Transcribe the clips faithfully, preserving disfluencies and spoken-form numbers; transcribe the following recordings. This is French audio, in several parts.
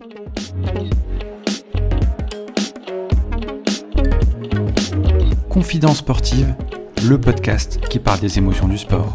Confidence sportive, le podcast qui parle des émotions du sport.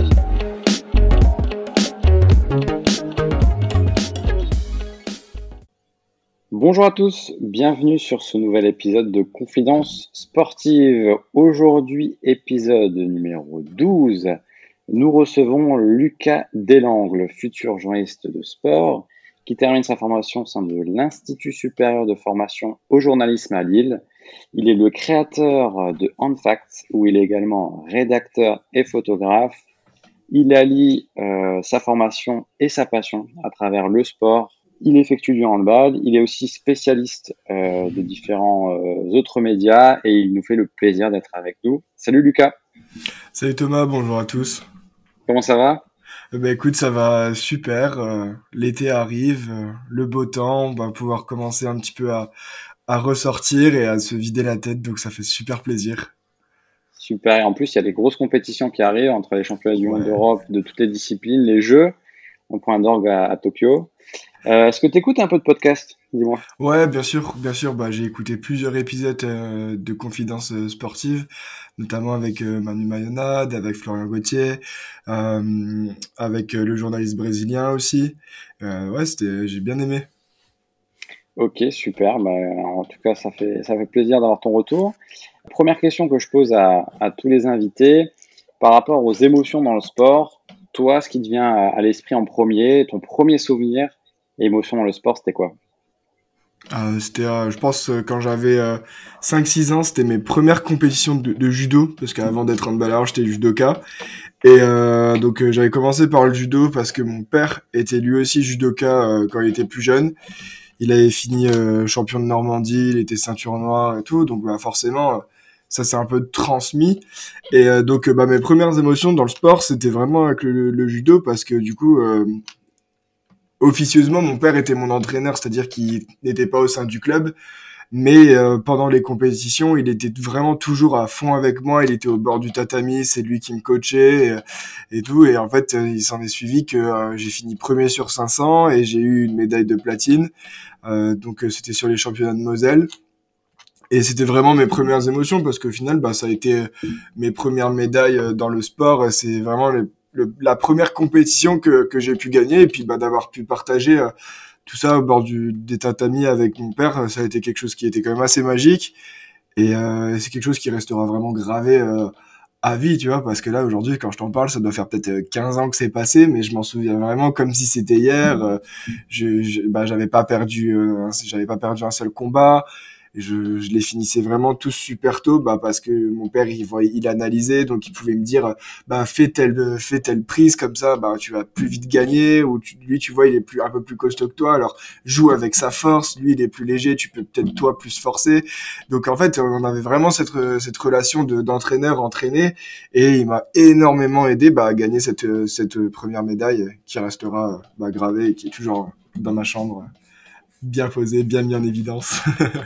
Bonjour à tous, bienvenue sur ce nouvel épisode de Confidence sportive. Aujourd'hui, épisode numéro douze, nous recevons Lucas Delangle, futur journaliste de sport, qui termine sa formation au sein de l'Institut supérieur de formation au journalisme à Lille. Il est le créateur de HandFacts, où il est également rédacteur et photographe. Il allie euh, sa formation et sa passion à travers le sport. Il effectue du handball, il est aussi spécialiste euh, de différents euh, autres médias et il nous fait le plaisir d'être avec nous. Salut Lucas. Salut Thomas, bonjour à tous. Comment ça va ? Euh, bah écoute, ça va super. Euh, l'été arrive, euh, le beau temps, on va pouvoir commencer un petit peu à, à ressortir et à se vider la tête, donc ça fait super plaisir. Super, et en plus il y a des grosses compétitions qui arrivent entre les championnats du monde Ouais. d'Europe de toutes les disciplines, les Jeux, en point d'orgue à, à Tokyo. Euh, est-ce que tu écoutes un peu de podcast ? Dis-moi. Ouais, bien sûr, bien sûr. Bah, j'ai écouté plusieurs épisodes euh, de Confidence euh, sportive, notamment avec euh, Manu Mayonade, avec Florian Gauthier, euh, avec euh, le journaliste brésilien aussi. Euh, ouais, c'était, j'ai bien aimé. Ok, super. Bah, en tout cas, ça fait, ça fait plaisir d'avoir ton retour. Première question que je pose à, à tous les invités, par rapport aux émotions dans le sport, toi, ce qui te vient à, à l'esprit en premier, ton premier souvenir et émotion dans le sport, c'était quoi ? Euh, c'était, euh, je pense, euh, quand j'avais euh, cinq six ans, c'était mes premières compétitions de, de judo, parce qu'avant d'être handballeur, j'étais judoka. Et euh, donc euh, j'avais commencé par le judo parce que mon père était lui aussi judoka euh, quand il était plus jeune. Il avait fini euh, champion de Normandie, il était ceinture noire et tout, donc bah, forcément, euh, ça s'est un peu transmis. Et euh, donc euh, bah, mes premières émotions dans le sport, c'était vraiment avec le, le judo, parce que du coup... Euh, officieusement, mon père était mon entraîneur, c'est-à-dire qu'il n'était pas au sein du club, mais euh, pendant les compétitions, il était vraiment toujours à fond avec moi. Il était au bord du tatami, c'est lui qui me coachait et, et tout. Et en fait, euh, il s'en est suivi que euh, j'ai fini premier sur cinq cents et j'ai eu une médaille de platine. Euh, donc euh, c'était sur les championnats de Moselle. Et c'était vraiment mes premières émotions parce qu'au final, bah, ça a été mes premières médailles euh, dans le sport. C'est vraiment le, le, la première compétition que, que j'ai pu gagner. Et puis bah, d'avoir pu partager euh, tout ça au bord du, des tatamis avec mon père, ça a été quelque chose qui était quand même assez magique. Et euh, c'est quelque chose qui restera vraiment gravé euh, à vie, tu vois, parce que là, aujourd'hui, quand je t'en parle, ça doit faire peut-être quinze ans que c'est passé, mais je m'en souviens vraiment comme si c'était hier. Euh, je, je, bah, j'avais pas perdu, euh, j'avais pas perdu un seul combat. Je, je les finissais vraiment tous super tôt, bah, parce que mon père, il voyait, il analysait, donc il pouvait me dire, bah, fais telle, fais telle prise, comme ça, bah, tu vas plus vite gagner, ou tu, lui, tu vois, il est plus, un peu plus costaud que toi, alors joue avec sa force, lui, il est plus léger, tu peux peut-être toi plus forcer. Donc, en fait, on avait vraiment cette, cette relation de, d'entraîneur entraîné, et il m'a énormément aidé, bah, à gagner cette, cette première médaille qui restera, bah, gravée et qui est toujours dans ma chambre, bien posée, bien mis en évidence.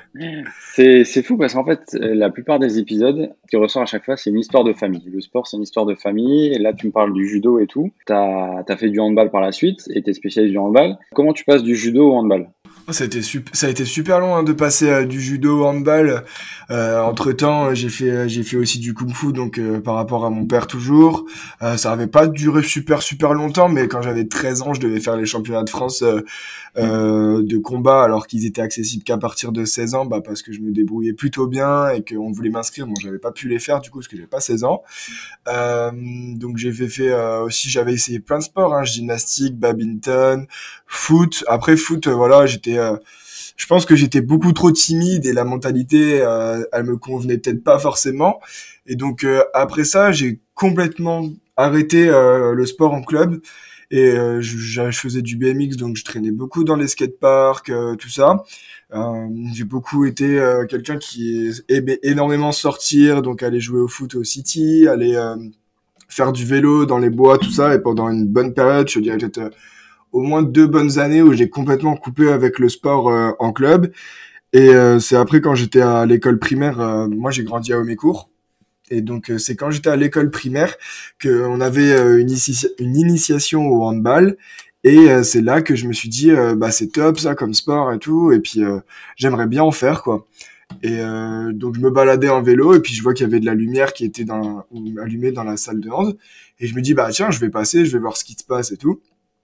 C'est, c'est fou parce qu'en fait, la plupart des épisodes qui ressortent à chaque fois, c'est une histoire de famille. Le sport, c'est une histoire de famille. Et là, tu me parles du judo et tout. T'as, t'as fait du handball par la suite et t'es spécialiste du handball. Comment tu passes du judo au handball ? Oh, ça a été sup- ça a été super long hein, de passer euh, du judo au handball. Euh, entre temps, j'ai fait j'ai fait aussi du kung-fu, donc euh, par rapport à mon père toujours. Euh, ça avait pas duré super super longtemps, mais quand j'avais treize ans, je devais faire les championnats de France euh, euh, de combat, alors qu'ils étaient accessibles qu'à partir de seize ans, bah parce que je me débrouillais plutôt bien et qu'on voulait m'inscrire. Bon, j'avais pas pu les faire du coup parce que j'avais pas seize ans. Euh, donc j'ai fait, fait euh, aussi, j'avais essayé plein de sports, hein, gymnastique, badminton, foot. Après foot, euh, voilà, j'étais, euh, je pense que j'étais beaucoup trop timide et la mentalité, euh, elle me convenait peut-être pas forcément. Et donc euh, après ça, j'ai complètement arrêté euh, le sport en club. Et euh, je, je faisais du B M X, donc je traînais beaucoup dans les skateparks, euh, tout ça. Euh, j'ai beaucoup été euh, quelqu'un qui aimait énormément sortir, donc aller jouer au foot au City, aller euh, faire du vélo dans les bois, tout ça. Et pendant une bonne période, je dirais peut-être euh, au moins deux bonnes années où j'ai complètement coupé avec le sport euh, en club. Et euh, c'est après quand j'étais à l'école primaire, euh, moi j'ai grandi à Homécourt. Et donc euh, c'est quand j'étais à l'école primaire qu'on avait euh, une, initia- une initiation au handball. Et euh, c'est là que je me suis dit, euh, bah c'est top ça comme sport et tout, et puis euh, j'aimerais bien en faire quoi. Et euh, donc je me baladais en vélo et puis je vois qu'il y avait de la lumière qui était dans, allumée dans la salle de hand. Et je me dis bah tiens je vais passer, je vais voir ce qui se passe et tout.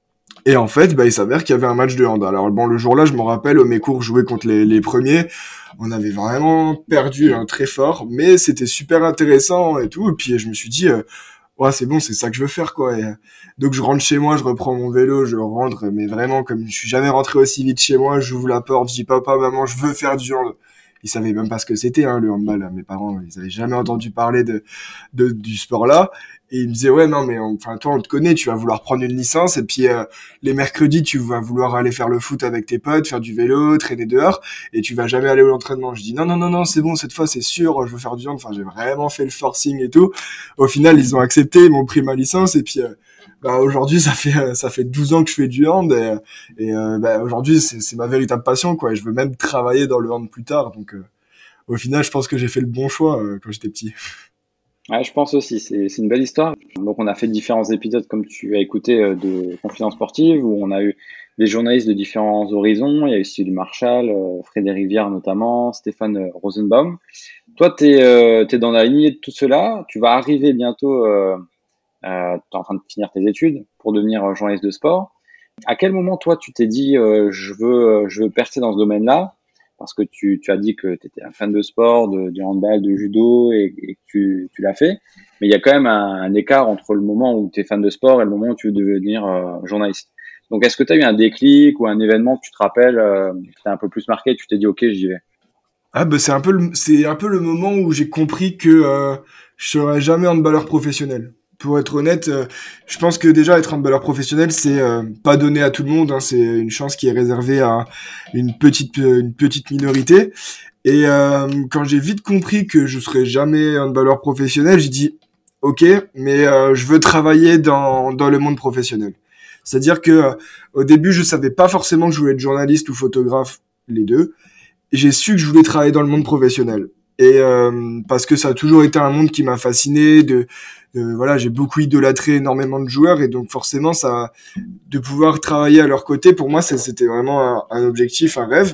Et en fait bah il s'avère qu'il y avait un match de hand. Alors bon le jour-là je me rappelle mes cours jouaient contre les, les premiers. On avait vraiment perdu hein, très fort, mais c'était super intéressant et tout. Et puis je me suis dit euh, ouais c'est bon c'est ça que je veux faire quoi. Et, euh, donc je rentre chez moi, je reprends mon vélo, je rentre mais vraiment comme je suis jamais rentré aussi vite chez moi, j'ouvre la porte, je dis papa maman je veux faire du hand. Ils savaient même pas ce que c'était hein, le handball. Mes parents, ils avaient jamais entendu parler de, de du sport là. Et ils me disaient ouais non mais on- enfin toi on te connaît, tu vas vouloir prendre une licence et puis euh, les mercredis tu vas vouloir aller faire le foot avec tes potes, faire du vélo, traîner dehors et tu vas jamais aller à l'entraînement. Je dis non non non non c'est bon cette fois c'est sûr, je veux faire du hand. Enfin j'ai vraiment fait le forcing et tout. Au final ils ont accepté, ils m'ont pris ma licence et puis euh, bah aujourd'hui ça fait euh, ça fait douze ans que je fais du hand et, et euh, bah, aujourd'hui c'est c'est ma véritable passion quoi. Et je veux même travailler dans le hand plus tard donc euh, au final, je pense que j'ai fait le bon choix euh, quand j'étais petit. Ouais, je pense aussi, c'est c'est une belle histoire. Donc on a fait différents épisodes comme tu as écouté euh, de Confidence Sportive où on a eu des journalistes de différents horizons. Il y a eu Sylvie Marchal, euh, Frédéric Viard notamment, Stéphane euh, Rosenbaum. Toi, tu es, euh, t'es dans la lignée de tout cela. Tu vas arriver bientôt, euh, euh, tu es en train de finir tes études pour devenir euh, journaliste de sport. À quel moment, toi, tu t'es dit, euh, je veux, euh, je veux percer dans ce domaine-là? Parce que tu, tu as dit que tu étais un fan de sport, de, de handball, de judo, et, et que tu, tu l'as fait. Mais il y a quand même un, un écart entre le moment où tu es fan de sport et le moment où tu veux devenir euh, journaliste. Donc, est-ce que tu as eu un déclic ou un événement que tu te rappelles, euh, qui t'a un peu plus marqué, et tu t'es dit, OK, j'y vais? Ah bah c'est un peu le, c'est un peu le moment où j'ai compris que euh, je serais jamais handballeur professionnel. Pour être honnête, euh, je pense que déjà être handballeur professionnel, c'est euh, pas donné à tout le monde. Hein, c'est une chance qui est réservée à une petite une petite minorité. Et euh, quand j'ai vite compris que je serais jamais handballeur professionnel, j'ai dit ok, mais euh, je veux travailler dans dans le monde professionnel. C'est-à-dire que euh, au début, je savais pas forcément que je voulais être journaliste ou photographe, les deux. J'ai su que je voulais travailler dans le monde professionnel. Et euh, parce que ça a toujours été un monde qui m'a fasciné. De, de voilà, j'ai beaucoup idolâtré énormément de joueurs et donc forcément ça, de pouvoir travailler à leur côté pour moi, ça, c'était vraiment un, un objectif, un rêve.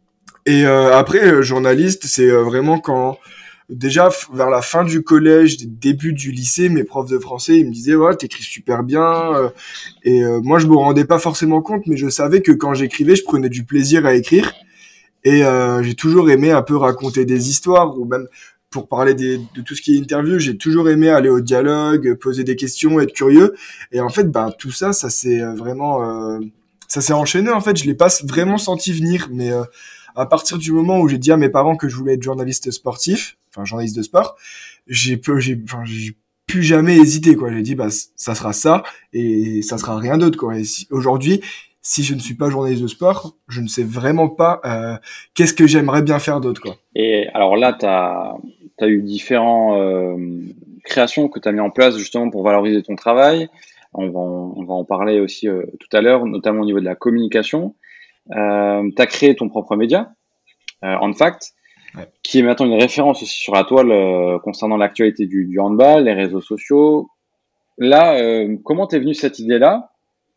Et euh, après, euh, journaliste, c'est euh, vraiment quand déjà f- vers la fin du collège, début du lycée, mes profs de français, ils me disaient ouais, t'écris super bien. euh, et euh, moi, je me rendais pas forcément compte, mais je savais que quand j'écrivais, je prenais du plaisir à écrire. Et euh, j'ai toujours aimé un peu raconter des histoires, ou même pour parler des, de tout ce qui est interview, j'ai toujours aimé aller au dialogue, poser des questions, être curieux. Et en fait, bah, tout ça, ça s'est euh, vraiment... euh, ça s'est enchaîné, en fait. Je l'ai pas vraiment senti venir. Mais euh, à partir du moment où j'ai dit à mes parents que je voulais être journaliste sportif, enfin journaliste de sport, j'ai peu, j'ai, enfin, j'ai plus jamais hésité, quoi. J'ai dit, bah, c- ça sera ça et ça sera rien d'autre, quoi. Et si, aujourd'hui, si je ne suis pas journaliste de sport, je ne sais vraiment pas euh, qu'est-ce que j'aimerais bien faire d'autre, quoi. Et alors là, tu as eu différentes euh, créations que tu as mis en place justement pour valoriser ton travail. On va en, on va en parler aussi euh, tout à l'heure, notamment au niveau de la communication. Euh, tu as créé ton propre média, euh, Handfact, Ouais. qui est maintenant une référence aussi sur la toile euh, concernant l'actualité du, du handball, les réseaux sociaux. Là, euh, comment t'es venu cette idée-là?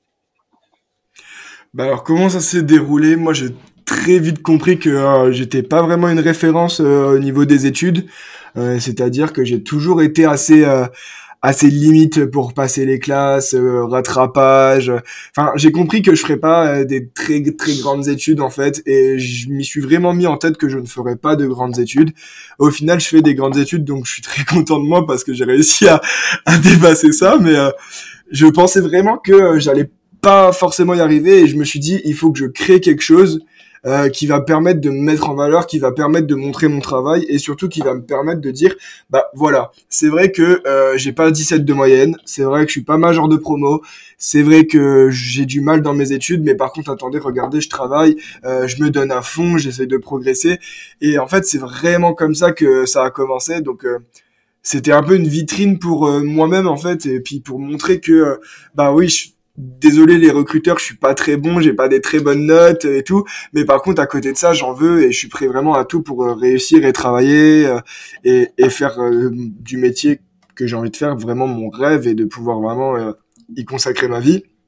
Bah alors comment ça s'est déroulé? Moi j'ai très vite compris que euh, j'étais pas vraiment une référence euh, au niveau des études. Euh, c'est-à-dire que j'ai toujours été assez euh, assez limite pour passer les classes, euh, rattrapage. Enfin, j'ai compris que je ferais pas euh, des très très grandes études en fait, et je m'y suis vraiment mis en tête que je ne ferais pas de grandes études. Au final, je fais des grandes études, donc je suis très content de moi parce que j'ai réussi à, à dépasser ça. Mais euh, je pensais vraiment que euh, j'allais pas forcément y arriver, et je me suis dit il faut que je crée quelque chose euh, qui va permettre de me mettre en valeur, qui va permettre de montrer mon travail, et surtout qui va me permettre de dire bah voilà, c'est vrai que euh, j'ai pas dix-sept de moyenne, c'est vrai que je suis pas major de promo, c'est vrai que j'ai du mal dans mes études, mais par contre attendez, regardez, je travaille, euh, je me donne à fond, j'essaie de progresser. Et en fait c'est vraiment comme ça que ça a commencé. Donc euh, c'était un peu une vitrine pour euh, moi-même en fait, et puis pour montrer que euh, bah oui, je, désolé les recruteurs, je suis pas très bon, j'ai pas des très bonnes notes et tout, mais par contre à côté de ça j'en veux, et je suis prêt vraiment à tout pour euh, réussir et travailler euh, et, et faire euh, du métier que j'ai envie de faire vraiment mon rêve, et de pouvoir vraiment euh, y consacrer ma vie.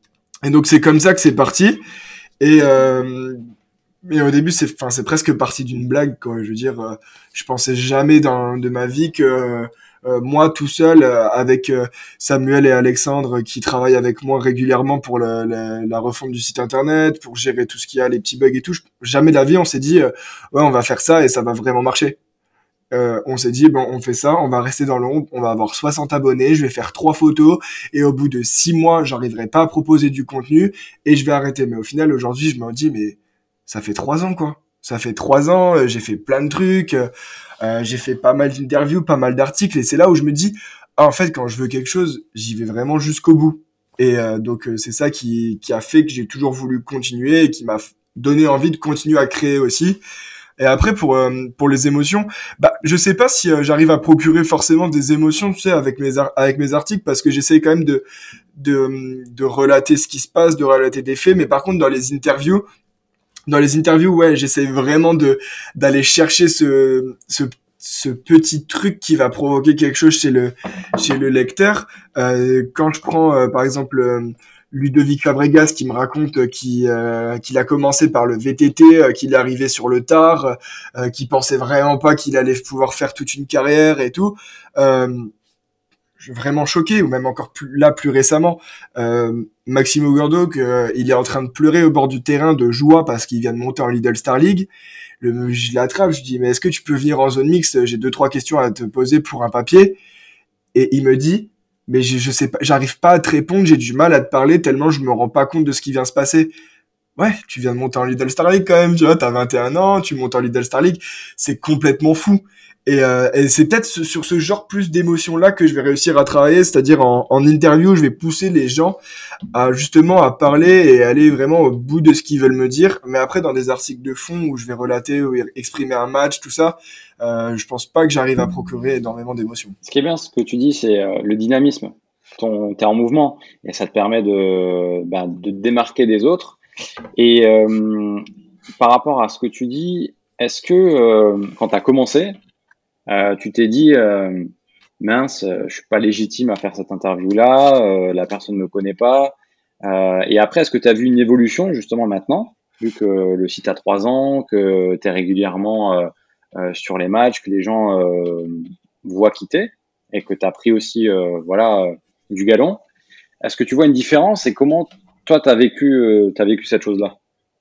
Et donc c'est comme ça que c'est parti. Et euh, mais au début, c'est, enfin, c'est presque parti d'une blague, quoi. Je veux dire, euh, je pensais jamais dans de ma vie que euh, euh, moi tout seul, euh, avec euh, Samuel et Alexandre qui travaillent avec moi régulièrement pour le- le- la refonte du site internet, pour gérer tout ce qu'il y a, les petits bugs et tout. je- Jamais de la vie, on s'est dit, euh, ouais, on va faire ça et ça va vraiment marcher. Euh, on s'est dit, bon, on fait ça, on va rester dans l'ombre, on va avoir soixante abonnés, je vais faire trois photos, et au bout de six mois, j'arriverai pas à proposer du contenu, et je vais arrêter. Mais au final, aujourd'hui, je me dis, mais ça fait trois ans, quoi. Ça fait trois ans, euh, j'ai fait plein de trucs, euh, euh, j'ai fait pas mal d'interviews, pas mal d'articles, et c'est là où je me dis, ah, en fait, quand je veux quelque chose, j'y vais vraiment jusqu'au bout. Et euh, donc, euh, c'est ça qui, qui a fait que j'ai toujours voulu continuer, et qui m'a f- donné envie de continuer à créer aussi. Et après pour euh, pour les émotions, bah je sais pas si euh, j'arrive à procurer forcément des émotions, tu sais, avec mes ar- avec mes articles parce que j'essaie quand même de de de relater ce qui se passe, de relater des faits, mais par contre dans les interviews, dans les interviews, ouais, j'essaie vraiment de d'aller chercher ce ce ce petit truc qui va provoquer quelque chose chez le chez le lecteur. Euh, quand je prends euh, par exemple euh, Ludovic Fabregas qui me raconte euh, qu'il euh, qu'il a commencé par le V T T, euh, qu'il est arrivé sur le tard, euh, qu'il pensait vraiment pas qu'il allait pouvoir faire toute une carrière et tout. Euh, je suis vraiment choqué, ou même encore plus là plus récemment, euh, Maximo Gordo, que, euh, il est en train de pleurer au bord du terrain de joie parce qu'il vient de monter en Lidl Star League. Le, je l'attrape, je dis mais est-ce que tu peux venir en zone mixte? J'ai deux trois questions à te poser pour un papier. Et il me dit mais je, je sais pas, j'arrive pas à te répondre, j'ai du mal à te parler tellement je me rends pas compte de ce qui vient se passer. Ouais, tu viens de monter en Lidl Star League quand même, tu vois, t'as vingt et un ans, tu montes en Lidl Star League, c'est complètement fou. Et, euh, et c'est peut-être ce- sur ce genre plus d'émotions-là que je vais réussir à travailler, c'est-à-dire en, en interview, je vais pousser les gens à justement à parler et aller vraiment au bout de ce qu'ils veulent me dire. Mais après, dans des articles de fond où je vais relater ou exprimer un match, tout ça, euh, je pense pas que j'arrive à procurer énormément d'émotions. Ce qui est bien, ce que tu dis, c'est euh, le dynamisme. Ton, t'es en mouvement et ça te permet de, bah, de te démarquer des autres. Et euh, par rapport à ce que tu dis, est-ce que euh, quand tu as commencé, euh, tu t'es dit euh, mince, euh, je suis pas légitime à faire cette interview-là, euh, la personne me connaît pas. Euh, et après, est-ce que tu as vu une évolution justement maintenant, vu que le site a trois ans, que tu es régulièrement euh, euh, sur les matchs, que les gens euh, voient qui t'es et que tu as pris aussi euh, voilà euh, du galon. Est-ce que tu vois une différence et comment toi tu as vécu euh, t'as vécu cette chose-là?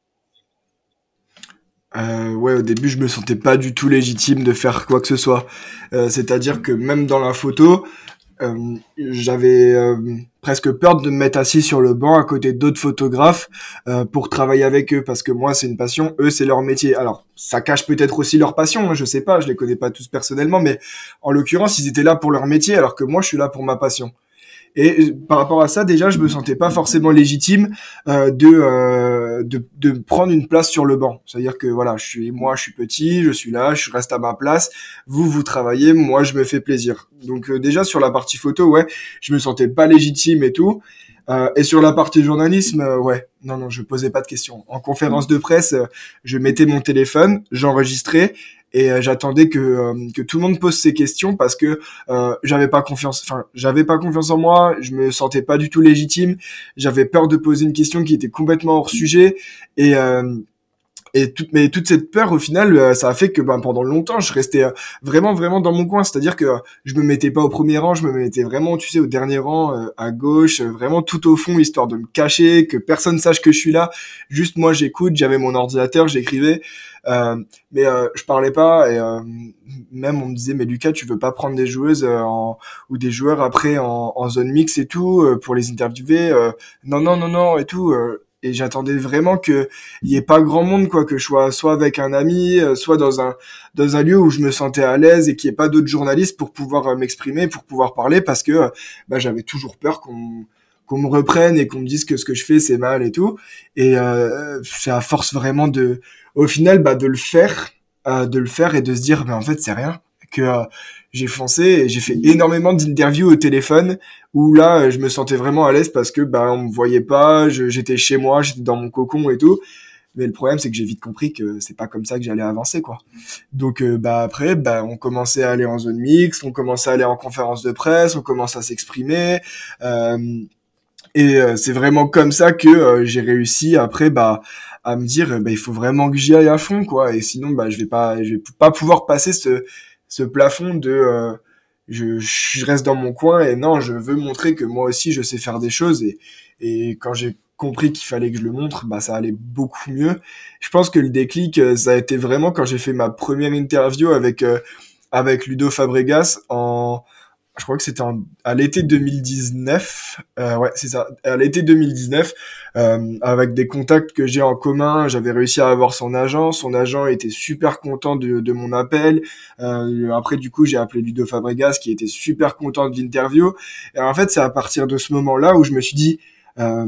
Euh, ouais, au début, je me sentais pas du tout légitime de faire quoi que ce soit. Euh, c'est-à-dire que même dans la photo, euh, j'avais euh, presque peur de me mettre assis sur le banc à côté d'autres photographes euh, pour travailler avec eux parce que moi c'est une passion, eux c'est leur métier. Alors ça cache peut-être aussi leur passion, hein, je sais pas, je les connais pas tous personnellement, mais en l'occurrence ils étaient là pour leur métier alors que moi je suis là pour ma passion. Et euh, par rapport à ça, déjà, je me sentais pas forcément légitime euh, de, euh, de de prendre une place sur le banc. C'est-à-dire que voilà, je suis moi, je suis petit, je suis là, je reste à ma place. Vous, vous travaillez, moi, je me fais plaisir. Donc euh, déjà sur la partie photo, ouais, je me sentais pas légitime et tout. Euh, et sur la partie journalisme, euh, ouais, non, non, je posais pas de questions. En conférence de presse, euh, je mettais mon téléphone, j'enregistrais et euh, j'attendais que euh, que tout le monde pose ses questions parce que euh, j'avais pas confiance, enfin, j'avais pas confiance en moi, je me sentais pas du tout légitime, j'avais peur de poser une question qui était complètement hors sujet et euh, et toute, mais toute cette peur, au final, euh, ça a fait que ben, pendant longtemps, je restais euh, vraiment, vraiment dans mon coin. C'est-à-dire que euh, je me mettais pas au premier rang, je me mettais vraiment, tu sais, au dernier rang, euh, à gauche, euh, vraiment tout au fond, histoire de me cacher, que personne sache que je suis là. Juste moi, j'écoute, j'avais mon ordinateur, j'écrivais. Euh, mais euh, je parlais pas et euh, même on me disait mais Lucas tu veux pas prendre des joueuses euh, en, ou des joueurs après en, en zone mix et tout euh, pour les interviewer euh, non non non non et tout euh, et j'attendais vraiment que il y ait pas grand monde quoi, que je sois soit avec un ami euh, soit dans un dans un lieu où je me sentais à l'aise et qu'il y ait pas d'autres journalistes pour pouvoir euh, m'exprimer, pour pouvoir parler parce que euh, bah, j'avais toujours peur qu'on qu'on me reprenne et qu'on me dise que ce que je fais c'est mal et tout et euh, c'est à force vraiment de au final bah de le faire euh, de le faire et de se dire mais en fait c'est rien que euh, j'ai foncé et j'ai fait énormément d'interviews au téléphone où là euh, je me sentais vraiment à l'aise parce que bah on me voyait pas, je, j'étais chez moi, j'étais dans mon cocon et tout. Mais le problème c'est que j'ai vite compris que c'est pas comme ça que j'allais avancer quoi. Donc euh, bah après bah on commençait à aller en zone mixte, on commençait à aller en conférence de presse, on commençait à s'exprimer. Euh, Et euh, c'est vraiment comme ça que euh, j'ai réussi après bah à me dire bah il faut vraiment que j'y aille à fond quoi, et sinon bah je vais pas je vais pas pouvoir passer ce ce plafond de euh, je je reste dans mon coin, et non, je veux montrer que moi aussi je sais faire des choses, et et quand j'ai compris qu'il fallait que je le montre, bah ça allait beaucoup mieux. Je pense que le déclic euh, ça a été vraiment quand j'ai fait ma première interview avec euh, avec Ludo Fabregas en je crois que c'était en, à l'été deux mille dix-neuf, euh, ouais, c'est ça, à l'été deux mille dix-neuf, euh, avec des contacts que j'ai en commun, j'avais réussi à avoir son agent, son agent était super content de, de mon appel, euh, après, du coup, j'ai appelé Ludo Fabregas, qui était super content de l'interview, et en fait, c'est à partir de ce moment-là où je me suis dit, euh,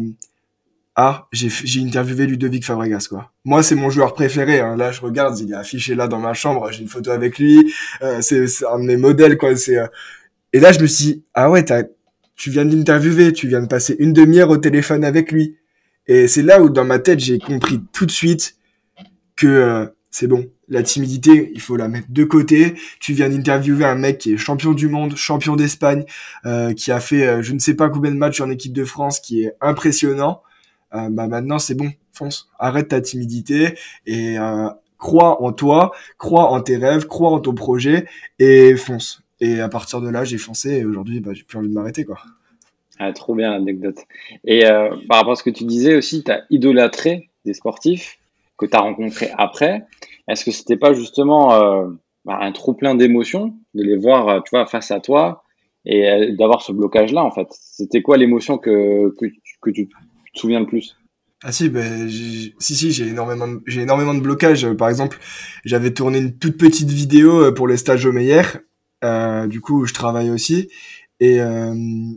ah, j'ai, j'ai interviewé Ludovic Fabregas, quoi. Moi, c'est mon joueur préféré, hein. Là, je regarde, il est affiché là dans ma chambre, j'ai une photo avec lui, euh, c'est, c'est un de mes modèles, quoi, c'est, euh, et là, je me suis dit, ah ouais, t'as, tu viens de l'interviewer, tu viens de passer une demi-heure au téléphone avec lui. Et c'est là où, dans ma tête, j'ai compris tout de suite que euh, c'est bon. La timidité, il faut la mettre de côté. Tu viens d'interviewer un mec qui est champion du monde, champion d'Espagne, euh, qui a fait euh, je ne sais pas combien de matchs en équipe de France, qui est impressionnant. Euh, bah maintenant, c'est bon, fonce. Arrête ta timidité et euh, crois en toi, crois en tes rêves, crois en ton projet et fonce. Et à partir de là, j'ai foncé, et aujourd'hui, bah, j'ai plus envie de m'arrêter, quoi. Ah, trop bien l'anecdote. Et euh, par rapport à ce que tu disais aussi, tu as idolâtré des sportifs que tu as rencontrés après. Est-ce que c'était pas justement euh, bah, un trop plein d'émotions de les voir, euh, tu vois, face à toi et euh, d'avoir ce blocage-là en fait? C'était quoi l'émotion que, que, tu- que tu te souviens le plus? Ah si, ben j'ai- si si, j'ai énormément, de- j'ai énormément de blocages. Euh, Par exemple, j'avais tourné une toute petite vidéo euh, pour les stages au Meyer. Euh, du coup, je travaille aussi, et euh,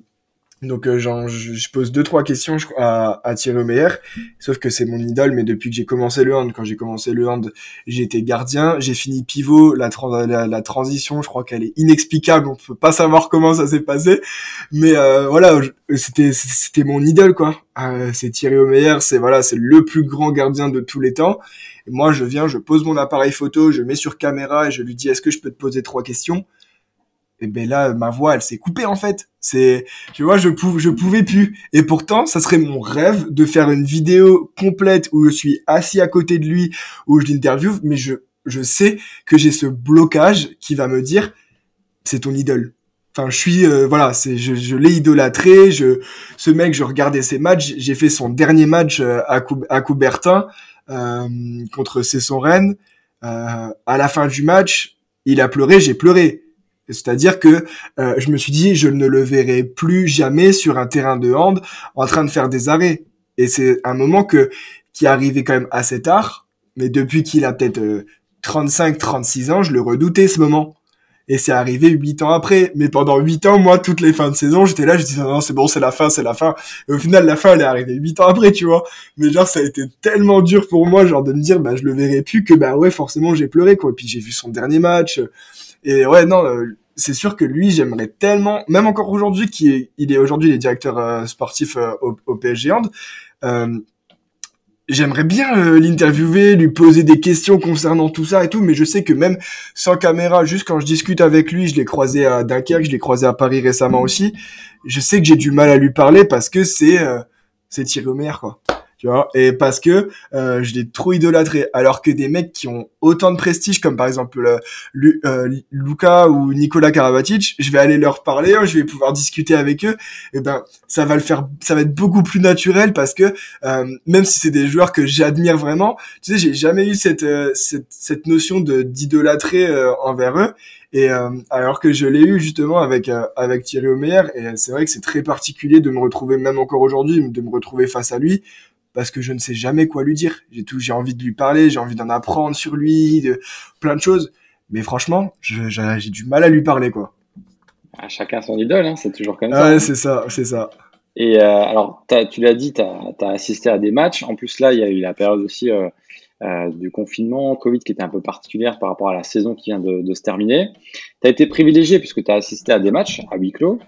donc euh, genre, je, je pose deux trois questions je crois, à, à Thierry Meyer, sauf que c'est mon idole, mais depuis que j'ai commencé le hand, quand j'ai commencé le hand, j'ai été gardien, j'ai fini pivot, la, tran- la, la transition, je crois qu'elle est inexplicable, on peut pas savoir comment ça s'est passé, mais euh, voilà, je- c'était c'était mon idole quoi. Euh, c'est Thierry Meyer, c'est voilà, c'est le plus grand gardien de tous les temps. Et moi, je viens, je pose mon appareil photo, je mets sur caméra et je lui dis, est-ce que je peux te poser trois questions? Et ben là, ma voix, elle s'est coupée en fait. C'est, tu vois, je pouvais, je pouvais plus. Et pourtant, ça serait mon rêve de faire une vidéo complète où je suis assis à côté de lui, où je l'interviewe, mais je, je sais que j'ai ce blocage qui va me dire, c'est ton idole. Enfin, je suis, euh, voilà, c'est, je, je l'ai idolâtré. Je, ce mec, je regardais ses matchs. J'ai fait son dernier match euh, à, Cou- à Coubertin euh, contre Cesson Rennes. Euh, à la fin du match, il a pleuré, j'ai pleuré. C'est-à-dire que euh, je me suis dit, je ne le verrai plus jamais sur un terrain de hand en train de faire des arrêts. Et c'est un moment que qui est arrivé quand même assez tard, mais depuis qu'il a peut-être euh, trente-cinq trente-six ans, je le redoutais ce moment. Et c'est arrivé huit ans après. Mais pendant huit ans, moi, toutes les fins de saison, j'étais là, je disais, non, non, c'est bon, c'est la fin, c'est la fin. Et au final, la fin, elle est arrivée huit ans après, tu vois. Mais genre, ça a été tellement dur pour moi, genre, de me dire, bah, je le verrai plus, que bah ouais, forcément, j'ai pleuré, quoi. Et puis j'ai vu son dernier match. Et ouais, non, euh, c'est sûr que lui, j'aimerais tellement, même encore aujourd'hui, qui est, il est aujourd'hui, il est directeur euh, sportif euh, au, au P S G Hand. Euh, J'aimerais bien euh, l'interviewer, lui poser des questions concernant tout ça et tout, mais je sais que même sans caméra, juste quand je discute avec lui, je l'ai croisé à Dunkerque, je l'ai croisé à Paris récemment aussi, je sais que j'ai du mal à lui parler parce que c'est euh, c'est Thierry Omeyer, quoi. Tu vois, et parce que euh, je l'ai trop idolâtré, alors que des mecs qui ont autant de prestige, comme par exemple euh, Lu- euh, Luka ou Nicolas Karabatic, je vais aller leur parler, hein, je vais pouvoir discuter avec eux, et ben ça va le faire, ça va être beaucoup plus naturel parce que euh, même si c'est des joueurs que j'admire vraiment, tu sais, j'ai jamais eu cette euh, cette, cette notion de d'idolâtrer euh, envers eux. Et euh, alors que je l'ai eu justement avec euh, avec Thierry Omeyer, et c'est vrai que c'est très particulier de me retrouver, même encore aujourd'hui, de me retrouver face à lui, parce que je ne sais jamais quoi lui dire. J'ai tout, j'ai envie de lui parler, j'ai envie d'en apprendre sur lui, de plein de choses. Mais franchement, je, j'ai, j'ai du mal à lui parler, quoi. Ah, chacun son idole, hein, c'est toujours comme ça, Ah ouais, hein. c'est ça, c'est ça. Et euh, alors, t'as- tu l'as dit, tu as assisté à des matchs. En plus, là, il y a eu la période aussi euh, euh, du confinement, Covid, qui était un peu particulière par rapport à la saison qui vient de, de se terminer. Tu as été privilégié puisque tu as assisté à des matchs à huis clos.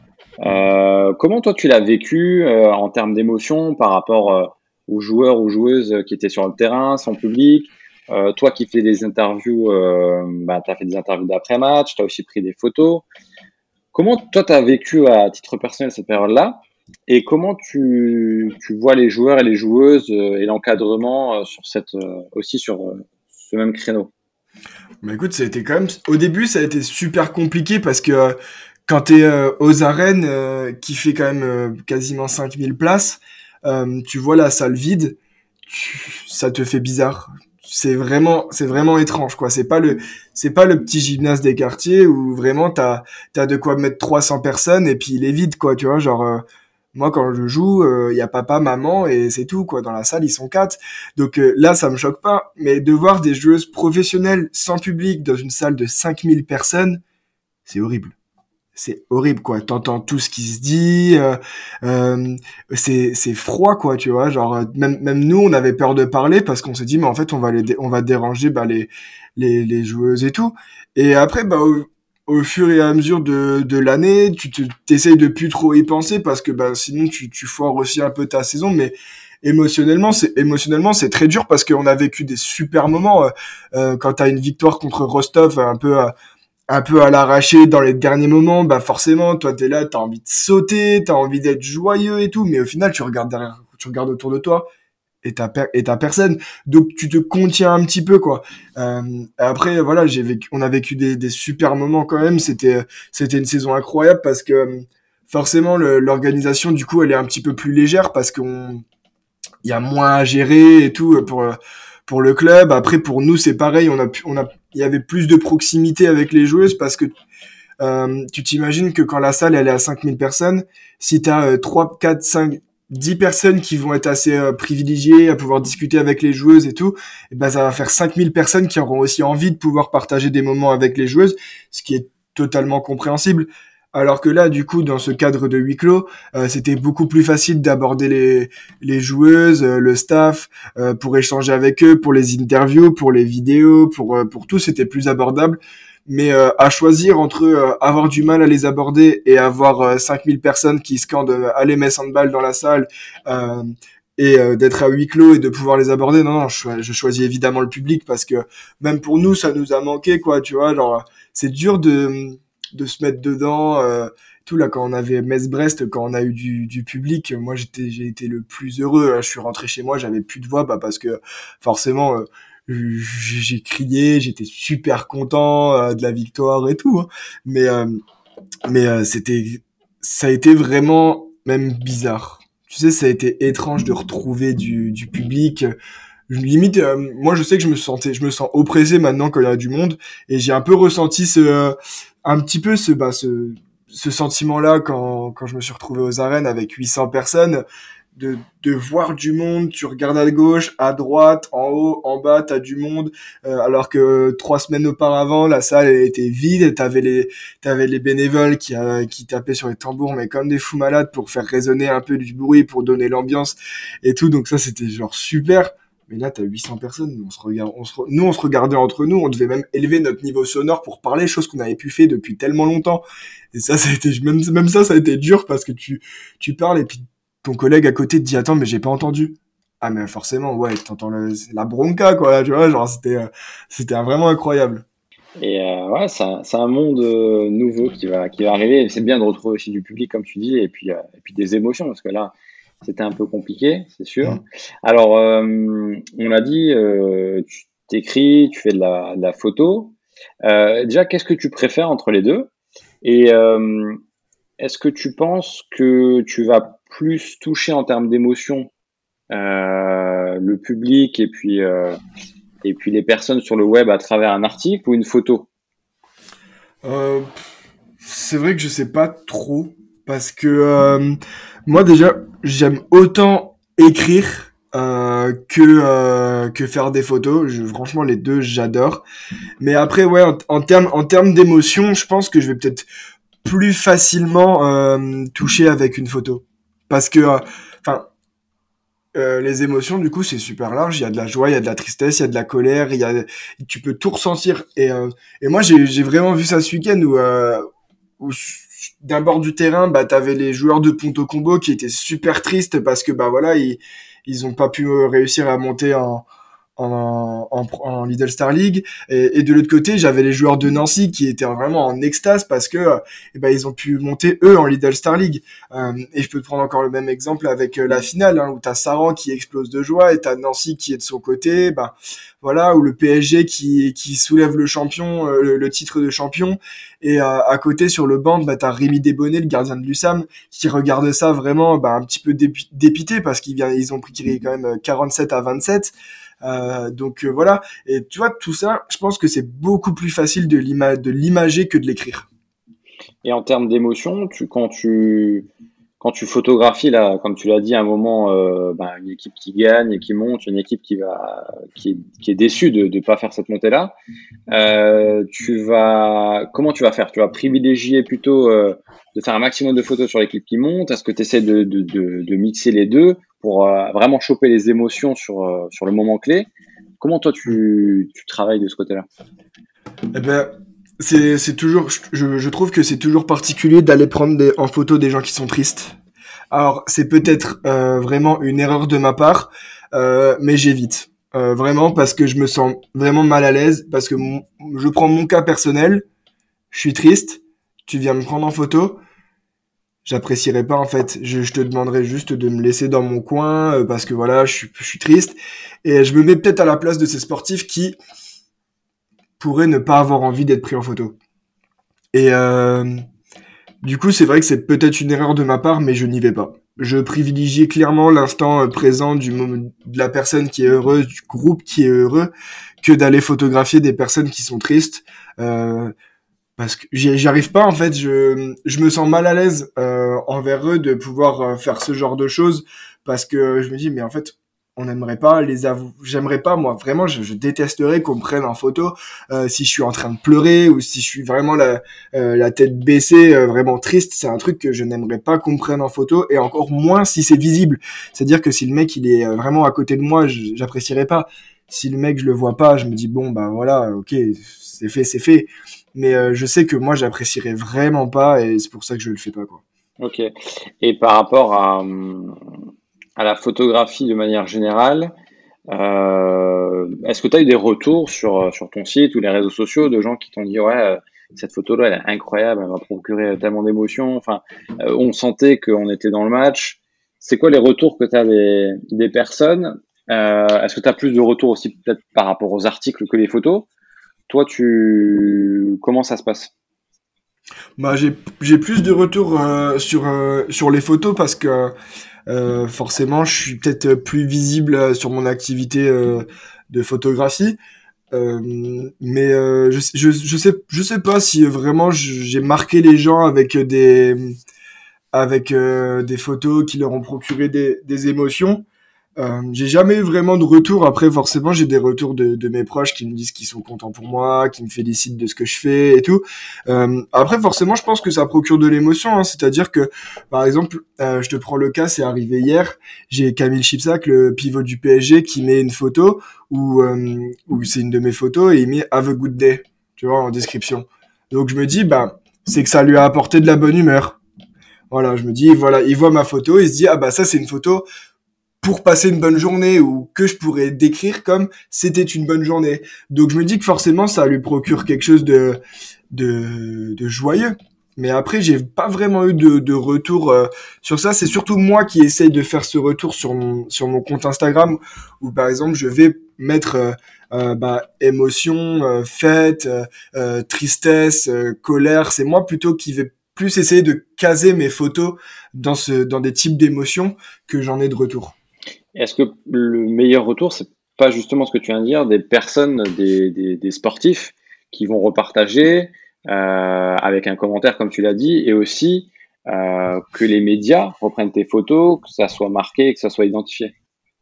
Euh, comment toi, tu l'as vécu euh, en termes d'émotion par rapport euh, aux joueurs ou joueuses qui étaient sur le terrain, son public? Euh, toi qui fais des interviews, euh, bah, tu as fait des interviews d'après-match, tu as aussi pris des photos. Comment toi, tu as vécu à titre personnel cette période-là? et comment tu, tu vois les joueurs et les joueuses euh, et l'encadrement euh, sur cette, euh, aussi sur euh, ce même créneau? Bah écoute, ça a été quand même. Au début, ça a été super compliqué parce que euh, quand t'es euh, aux arènes, euh, qui fait quand même euh, quasiment cinq mille places, euh, tu vois la salle vide, tu- ça te fait bizarre. C'est vraiment, c'est vraiment étrange, quoi. C'est pas le, c'est pas le petit gymnase des quartiers où vraiment t'as, t'as de quoi mettre trois cents personnes et puis il est vide, quoi. Tu vois, genre. euh, moi, quand je joue, il y a papa, maman et c'est tout, quoi. Dans la salle, ils sont quatre. Donc euh, là, ça me choque pas. Mais de voir des joueuses professionnelles sans public dans une salle de cinq mille personnes, c'est horrible. C'est horrible, quoi. T'entends tout ce qui se dit. Euh, euh, c'est c'est froid, quoi. Tu vois, genre euh, même même nous, on avait peur de parler parce qu'on s'est dit, mais en fait, on va les dé- on va déranger bah, les les les joueuses et tout. Et après, bah au, au fur et à mesure de de l'année, tu te t'essayes de plus trop y penser parce que bah sinon tu tu foires aussi un peu ta saison. Mais émotionnellement, c'est émotionnellement c'est très dur parce qu'on a vécu des super moments. Euh, euh, quand t'as une victoire contre Rostov, un peu à, un peu à l'arraché dans les derniers moments, bah forcément, toi t'es là, t'as envie de sauter, t'as envie d'être joyeux et tout, mais au final tu regardes derrière, tu regardes autour de toi et t'as per- et t'as personne, donc tu te contiens un petit peu quoi. Euh, après voilà, j'ai vécu, on a vécu des, des super moments quand même. C'était c'était une saison incroyable parce que euh, forcément le- l'organisation du coup elle est un petit peu plus légère parce qu'on il y a moins à gérer et tout pour pour le club. Après pour nous c'est pareil, on a pu, on a il y avait plus de proximité avec les joueuses parce que euh, tu t'imagines que quand la salle elle est à cinq mille personnes, si tu as trois, quatre, cinq, dix personnes qui vont être assez euh, privilégiées à pouvoir discuter avec les joueuses et tout, et ben ça va faire cinq mille personnes qui auront aussi envie de pouvoir partager des moments avec les joueuses, ce qui est totalement compréhensible. Alors que là, du coup, dans ce cadre de huis clos, euh, c'était beaucoup plus facile d'aborder les, les joueuses, euh, le staff, euh, pour échanger avec eux, pour les interviews, pour les vidéos, pour, euh, pour tout, c'était plus abordable. Mais euh, à choisir entre euh, avoir du mal à les aborder et avoir euh, cinq mille personnes qui scandent euh, allez mets handball dans la salle euh, et euh, d'être à huis clos et de pouvoir les aborder, non, non, je, cho- je choisis évidemment le public parce que même pour nous, ça nous a manqué, quoi, tu vois, genre, c'est dur de, de se mettre dedans. Euh, tout là, quand on avait Metz-Brest, quand on a eu du, du public, moi j'étais, j'ai été le plus heureux. Je suis rentré chez moi, j'avais plus de voix, bah, parce que forcément, euh, j'ai j'ai crié, j'étais super content euh, de la victoire et tout, hein. Mais euh, mais euh, c'était ça a été vraiment même bizarre. Tu sais, ça a été étrange de retrouver du du public. Limite, euh, moi je sais que je me sentais, je me sens oppressé maintenant quand il y a du monde et j'ai un peu ressenti ce euh, un petit peu ce bah ce ce sentiment-là quand quand je me suis retrouvé aux arènes avec huit cents personnes de, de voir du monde, tu regardes à gauche, à droite, en haut, en bas, t'as du monde, euh, alors que euh, trois semaines auparavant, la salle elle était vide, et t'avais les, t'avais les bénévoles qui, euh, qui tapaient sur les tambours, mais comme des fous malades pour faire résonner un peu du bruit, pour donner l'ambiance et tout, donc ça c'était genre super. Mais là, t'as huit cents personnes, on se regarde, on se re- nous on se regardait entre nous, on devait même élever notre niveau sonore pour parler, chose qu'on avait pu faire depuis tellement longtemps. Et ça, ça a été, même, même ça, ça a été dur parce que tu, tu parles et puis ton collègue à côté te dit attends mais j'ai pas entendu. Ah mais forcément ouais, t'entends le, la bronca quoi, tu vois, genre c'était euh, c'était euh, vraiment incroyable. Et euh, ouais, c'est un, c'est un monde euh, nouveau qui va, qui va arriver. Et c'est bien de retrouver aussi du public, comme tu dis, et puis, euh, et puis des émotions, parce que là, c'était un peu compliqué, c'est sûr. Mm. Alors, euh, on l'a dit, euh, tu t'écris, tu fais de la, de la photo. Euh, déjà, qu'est-ce que tu préfères entre les deux? Et euh, est-ce que tu penses que tu vas plus toucher en termes d'émotion euh, le public et puis, euh, et puis les personnes sur le web à travers un article ou une photo? Euh, c'est vrai que je sais pas trop parce que euh, moi déjà j'aime autant écrire euh, que euh, que faire des photos. Je, franchement les deux j'adore. Mais après ouais en, en termes en termes d'émotion, je pense que je vais peut-être plus facilement euh, toucher avec une photo parce que enfin Euh, les émotions, du coup, c'est super large. Il y a de la joie, il y a de la tristesse, il y a de la colère, il y a, tu peux tout ressentir. Et, euh, et moi, j'ai, j'ai vraiment vu ça ce week-end où, euh, où d'un bord du terrain, bah, t'avais les joueurs de Ponto Combo qui étaient super tristes parce que, bah, voilà, ils, ils ont pas pu euh, réussir à monter en, en, en, en Lidl Star League. Et, et de l'autre côté, j'avais les joueurs de Nancy qui étaient vraiment en extase parce que euh, eh ben, ils ont pu monter eux en Lidl Star League. Euh, et je peux te prendre encore le même exemple avec euh, la finale, hein, où t'as Saran qui explose de joie et t'as Nancy qui est de son côté. Ben, voilà, ou le P S G qui, qui soulève le champion, euh, le, le titre de champion. Et euh, à côté, sur le banc, bah, t'as Rémi Desbonnets, le gardien de l'U S A M, qui regarde ça vraiment bah, un petit peu dépi- dépité parce qu'ils vient, ils ont pris quand même quarante-sept à vingt-sept. Euh, donc euh, voilà. Et tu vois, tout ça, je pense que c'est beaucoup plus facile de, l'ima- de l'imager que de l'écrire. Et en termes d'émotion, tu, quand tu quand tu photographies là, comme tu l'as dit, à un moment, euh, ben, une équipe qui gagne et qui monte, une équipe qui va qui est, qui est déçue de ne pas faire cette montée-là, euh, tu vas comment tu vas faire? Tu vas privilégier plutôt euh, de faire un maximum de photos sur l'équipe qui monte. Est-ce que tu essaies de, de, de, de mixer les deux pour euh, vraiment choper les émotions sur euh, sur le moment clé? Comment toi tu tu travailles de ce côté-là? Eh ben, c'est, c'est toujours, je, je trouve que c'est toujours particulier d'aller prendre des, en photo des gens qui sont tristes. Alors, c'est peut-être euh, vraiment une erreur de ma part, euh, mais j'évite. Euh, vraiment parce que je me sens vraiment mal à l'aise, parce que mon- je prends mon cas personnel, je suis triste, tu viens me prendre en photo, j'apprécierais pas en fait. Je, je te demanderais juste de me laisser dans mon coin, euh, parce que voilà, je suis, je suis triste. Et je me mets peut-être à la place de ces sportifs qui pourraient ne pas avoir envie d'être pris en photo. Et euh, du coup, c'est vrai que c'est peut-être une erreur de ma part, mais je n'y vais pas. Je privilégie clairement l'instant euh, présent du moment, de la personne qui est heureuse, du groupe qui est heureux, que d'aller photographier des personnes qui sont tristes. Euh, parce que j'y j'y arrive pas, en fait. Je, je me sens mal à l'aise euh, envers eux de pouvoir euh, faire ce genre de choses, parce que je me dis, mais en fait, on n'aimerait pas les avou- j'aimerais pas, moi, vraiment, je, je détesterais qu'on me prenne en photo euh, si je suis en train de pleurer ou si je suis vraiment la, euh, la tête baissée, euh, vraiment triste. C'est un truc que je n'aimerais pas qu'on me prenne en photo, et encore moins si c'est visible. C'est-à-dire que si le mec, il est euh, vraiment à côté de moi, je- j'apprécierais pas. Si le mec, je le vois pas, je me dis, bon, bah voilà, ok, c'est fait, c'est fait. Mais euh, je sais que moi, j'apprécierais vraiment pas, et c'est pour ça que je le fais pas, quoi. Ok. Et par rapport à, hum, à la photographie de manière générale, euh, est-ce que tu as eu des retours sur, sur ton site ou les réseaux sociaux de gens qui t'ont dit ouais, euh, cette photo-là, elle est incroyable, elle va procurer tellement d'émotions. Enfin, euh, on sentait qu'on était dans le match. C'est quoi les retours que tu as des, des personnes? Euh, est-ce que tu as plus de retours aussi peut-être par rapport aux articles que les photos? Toi, tu comment ça se passe? Bah, j'ai j'ai plus de retours euh, sur euh, sur les photos parce que euh, forcément, je suis peut-être plus visible euh, sur mon activité euh, de photographie. Euh, mais euh, je, je je sais je sais pas si vraiment je- j'ai marqué les gens avec des avec euh, des photos qui leur ont procuré des des émotions. Euh, j'ai jamais eu vraiment de retour. Après, forcément, j'ai des retours de, de mes proches qui me disent qu'ils sont contents pour moi, qui me félicitent de ce que je fais et tout. Euh, après, forcément, je pense que ça procure de l'émotion. Hein. C'est-à-dire que, par exemple, euh, je te prends le cas, c'est arrivé hier. J'ai Camille Chipsac, le pivot du P S G, qui met une photo où, euh, où c'est une de mes photos et il met Have a good day, tu vois, en description. Donc je me dis, bah, c'est que ça lui a apporté de la bonne humeur. Voilà, je me dis, voilà, il voit ma photo, il se dit, ah bah ça c'est une photo pour passer une bonne journée ou que je pourrais décrire comme c'était une bonne journée. Donc je me dis que forcément ça lui procure quelque chose de de, de joyeux. Mais après j'ai pas vraiment eu de, de retour euh, sur ça. C'est surtout moi qui essaye de faire ce retour sur mon sur mon compte Instagram où par exemple je vais mettre euh, euh, bah, émotion, euh, fête, euh, euh, tristesse, euh, colère. C'est moi plutôt qui vais plus essayer de caser mes photos dans ce dans des types d'émotions que j'en ai de retour. Est-ce que le meilleur retour, c'est pas justement ce que tu viens de dire, des personnes, des, des, des sportifs qui vont repartager euh, avec un commentaire comme tu l'as dit, et aussi euh, que les médias reprennent tes photos, que ça soit marqué, que ça soit identifié.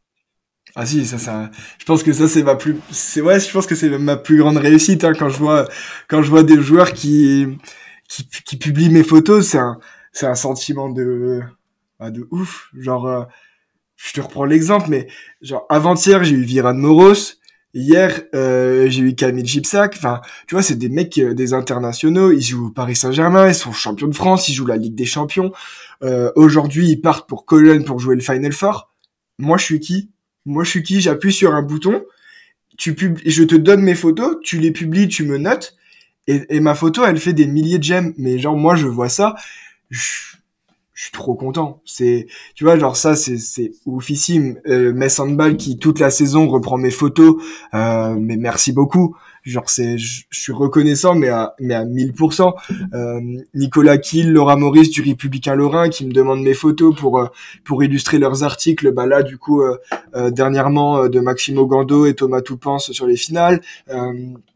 Ah si, ça, ça, je pense que ça c'est ma plus, c'est ouais, je pense que c'est ma plus grande réussite hein, quand je vois, quand je vois des joueurs qui, qui, qui publient mes photos, c'est un, c'est un sentiment de, ah, de ouf. Genre, euh, je te reprends l'exemple, mais genre avant-hier j'ai eu Viran Moros, hier euh, j'ai eu Camille Gipsac. Enfin, tu vois, c'est des mecs, euh, des internationaux. Ils jouent au Paris Saint-Germain, ils sont champions de France, ils jouent la Ligue des Champions. Euh, aujourd'hui, ils partent pour Cologne pour jouer le Final Four. Moi, je suis qui? Moi, je suis qui? J'appuie sur un bouton tu publies, je te donne mes photos, tu les publies, tu me notes, et, et ma photo, elle fait des milliers de j'aime. Mais genre, moi, je vois ça, je, je suis trop content. C'est, tu vois, genre ça, c'est, c'est oufissime. Euh, Metz Handball qui, toute la saison, reprend mes photos, euh, mais merci beaucoup. Genre, c'est, je, je suis reconnaissant, mais à, mais à mille pour cent. Euh, Nicolas Kiel, Laura Maurice du Républicain Lorrain qui me demandent mes photos pour, euh, pour illustrer leurs articles. Bah là, du coup, euh, euh, dernièrement, euh, de Maximo Gando et Thomas Toupens sur les finales. Euh,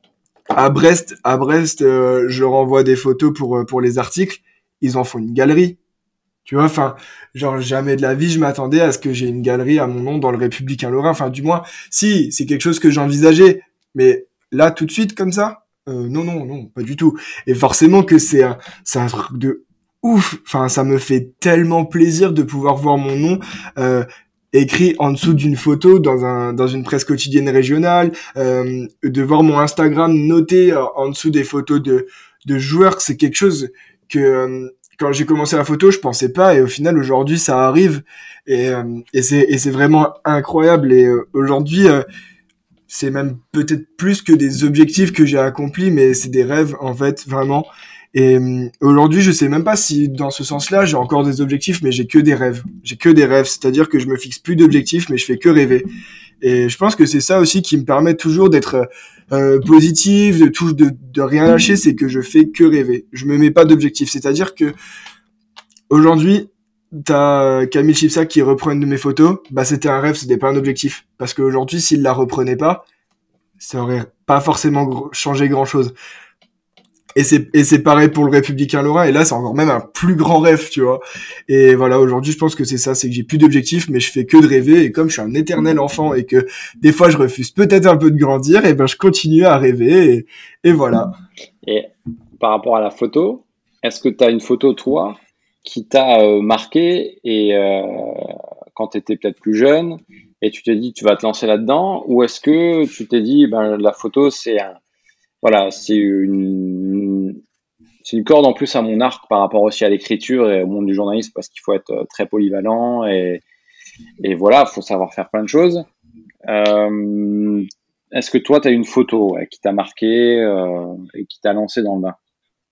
à Brest, à Brest, euh, je renvoie des photos pour, pour les articles. Ils en font une galerie. Tu vois, enfin, genre, jamais de la vie, je m'attendais à ce que j'ai une galerie à mon nom dans le Républicain Lorrain. Enfin, du moins, si, c'est quelque chose que j'envisageais. Mais là, tout de suite, comme ça, euh, non, non, non, pas du tout. Et forcément que c'est un, c'est un truc de ouf. Enfin, ça me fait tellement plaisir de pouvoir voir mon nom euh, écrit en dessous d'une photo dans un dans une presse quotidienne régionale, euh, de voir mon Instagram noté euh, en dessous des photos de de joueurs. C'est quelque chose que euh, quand j'ai commencé la photo, je pensais pas, et au final aujourd'hui ça arrive, et euh, et c'est et c'est vraiment incroyable. Et euh, aujourd'hui euh, c'est même peut-être plus que des objectifs que j'ai accomplis, mais c'est des rêves en fait, vraiment. Et euh, aujourd'hui, je sais même pas si dans ce sens-là, j'ai encore des objectifs, mais j'ai que des rêves. J'ai que des rêves, c'est-à-dire que je me fixe plus d'objectifs, mais je fais que rêver. Et je pense que c'est ça aussi qui me permet toujours d'être euh, positif, de tout, de, de rien lâcher, c'est que je fais que rêver. Je me mets pas d'objectifs, c'est-à-dire que aujourd'hui, t'as Camille Chipsac qui reprend une de mes photos, bah c'était un rêve, c'était pas un objectif. Parce qu'aujourd'hui, s'il la reprenait pas, ça aurait pas forcément gr- changé grand-chose. Et c'est, et c'est pareil pour le Républicain Lorrain, et là, c'est encore même un plus grand rêve, tu vois. Et voilà, aujourd'hui, je pense que c'est ça, c'est que j'ai plus d'objectifs, mais je fais que de rêver, et comme je suis un éternel enfant, et que des fois, je refuse peut-être un peu de grandir, et ben, je continue à rêver, et, et voilà. Et par rapport à la photo, est-ce que tu as une photo, toi, qui t'a euh, marqué et euh, quand tu étais peut-être plus jeune et tu t'es dit tu vas te lancer là-dedans, ou est-ce que tu t'es dit ben la photo c'est un voilà, c'est une c'est une corde en plus à mon arc par rapport aussi à l'écriture et au monde du journalisme, parce qu'il faut être très polyvalent et et voilà, faut savoir faire plein de choses. Euh, est-ce que toi tu as une photo ouais, qui t'a marqué euh, et qui t'a lancé dans le bain?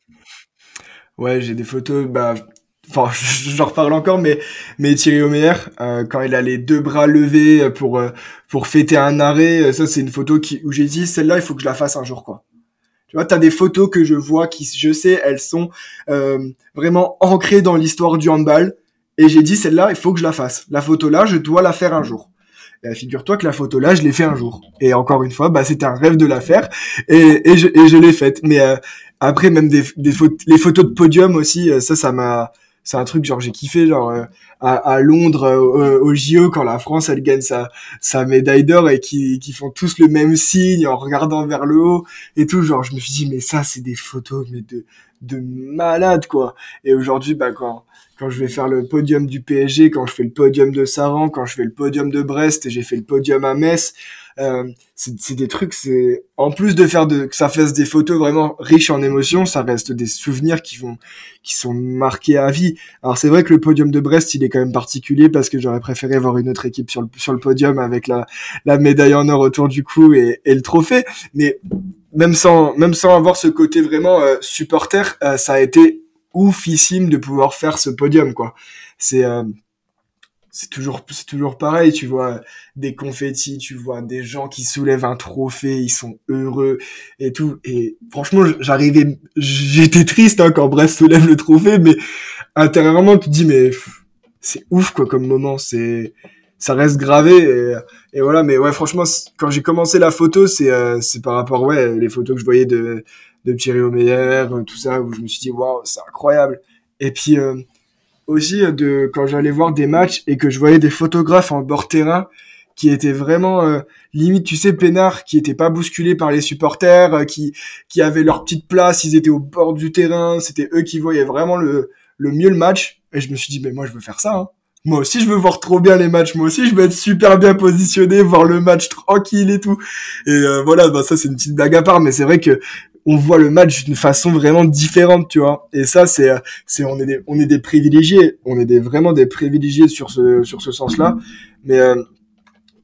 Ouais, j'ai des photos, bah, enfin, j'en reparle encore, mais, mais Thierry Omeyer, euh, quand il a les deux bras levés pour, euh, pour fêter un arrêt, euh, ça, c'est une photo qui, où j'ai dit, celle-là, il faut que je la fasse un jour, quoi. Tu vois, t'as des photos que je vois qui, je sais, elles sont, euh, vraiment ancrées dans l'histoire du handball. Et j'ai dit, celle-là, il faut que je la fasse. La photo-là, je dois la faire un jour. Et figure-toi que la photo-là, je l'ai fait un jour. Et encore une fois, bah, c'était un rêve de la faire. Et, et je, et je l'ai faite. Mais, euh, après, même des, des photos, les photos de podium aussi, euh, ça, ça m'a, c'est un truc, genre, j'ai kiffé, genre, euh, à, à Londres, euh, au J O, quand la France, elle gagne sa, sa médaille d'or et qui, qui font tous le même signe en regardant vers le haut et tout. Genre, je me suis dit, mais ça, c'est des photos, mais de, de malade, quoi. Et aujourd'hui, bah, quand, quand je vais faire le podium du P S G, quand je fais le podium de Saran, quand je fais le podium de Brest, et j'ai fait le podium à Metz, euh, c'est, c'est des trucs, c'est, en plus de faire de, que ça fasse des photos vraiment riches en émotions, ça reste des souvenirs qui vont, qui sont marqués à vie. Alors c'est vrai que le podium de Brest, il est quand même particulier parce que j'aurais préféré voir une autre équipe sur le, sur le podium avec la, la médaille en or autour du cou et, et le trophée. Mais même sans, même sans avoir ce côté vraiment euh, supporter, euh, ça a été oufissime de pouvoir faire ce podium, quoi. C'est, euh, c'est toujours, c'est toujours pareil, tu vois des confettis, tu vois des gens qui soulèvent un trophée, ils sont heureux et tout. Et franchement, j'arrivais, j'étais triste hein, quand Brest soulève le trophée, mais intérieurement, tu te dis mais pff, c'est ouf quoi comme moment, c'est, ça reste gravé et, et voilà. Mais ouais, franchement, quand j'ai commencé la photo, c'est, euh, c'est par rapport ouais les photos que je voyais de de Thierry Omeyer, tout ça, où je me suis dit waouh, c'est incroyable. Et puis euh, aussi de quand j'allais voir des matchs et que je voyais des photographes en bord terrain qui étaient vraiment euh, limite tu sais peinards, qui étaient pas bousculés par les supporters, euh, qui qui avaient leur petite place, ils étaient au bord du terrain, c'était eux qui voyaient vraiment le le mieux le match. Et je me suis dit mais moi je veux faire ça hein. Moi aussi je veux voir trop bien les matchs, moi aussi je veux être super bien positionné, voir le match tranquille et tout. Et euh, voilà, bah ça c'est une petite blague à part, mais c'est vrai que on voit le match d'une façon vraiment différente, tu vois. Et ça, c'est, c'est, on est des, on est des privilégiés. On est des, vraiment des privilégiés sur ce, sur ce sens-là. Mais, euh,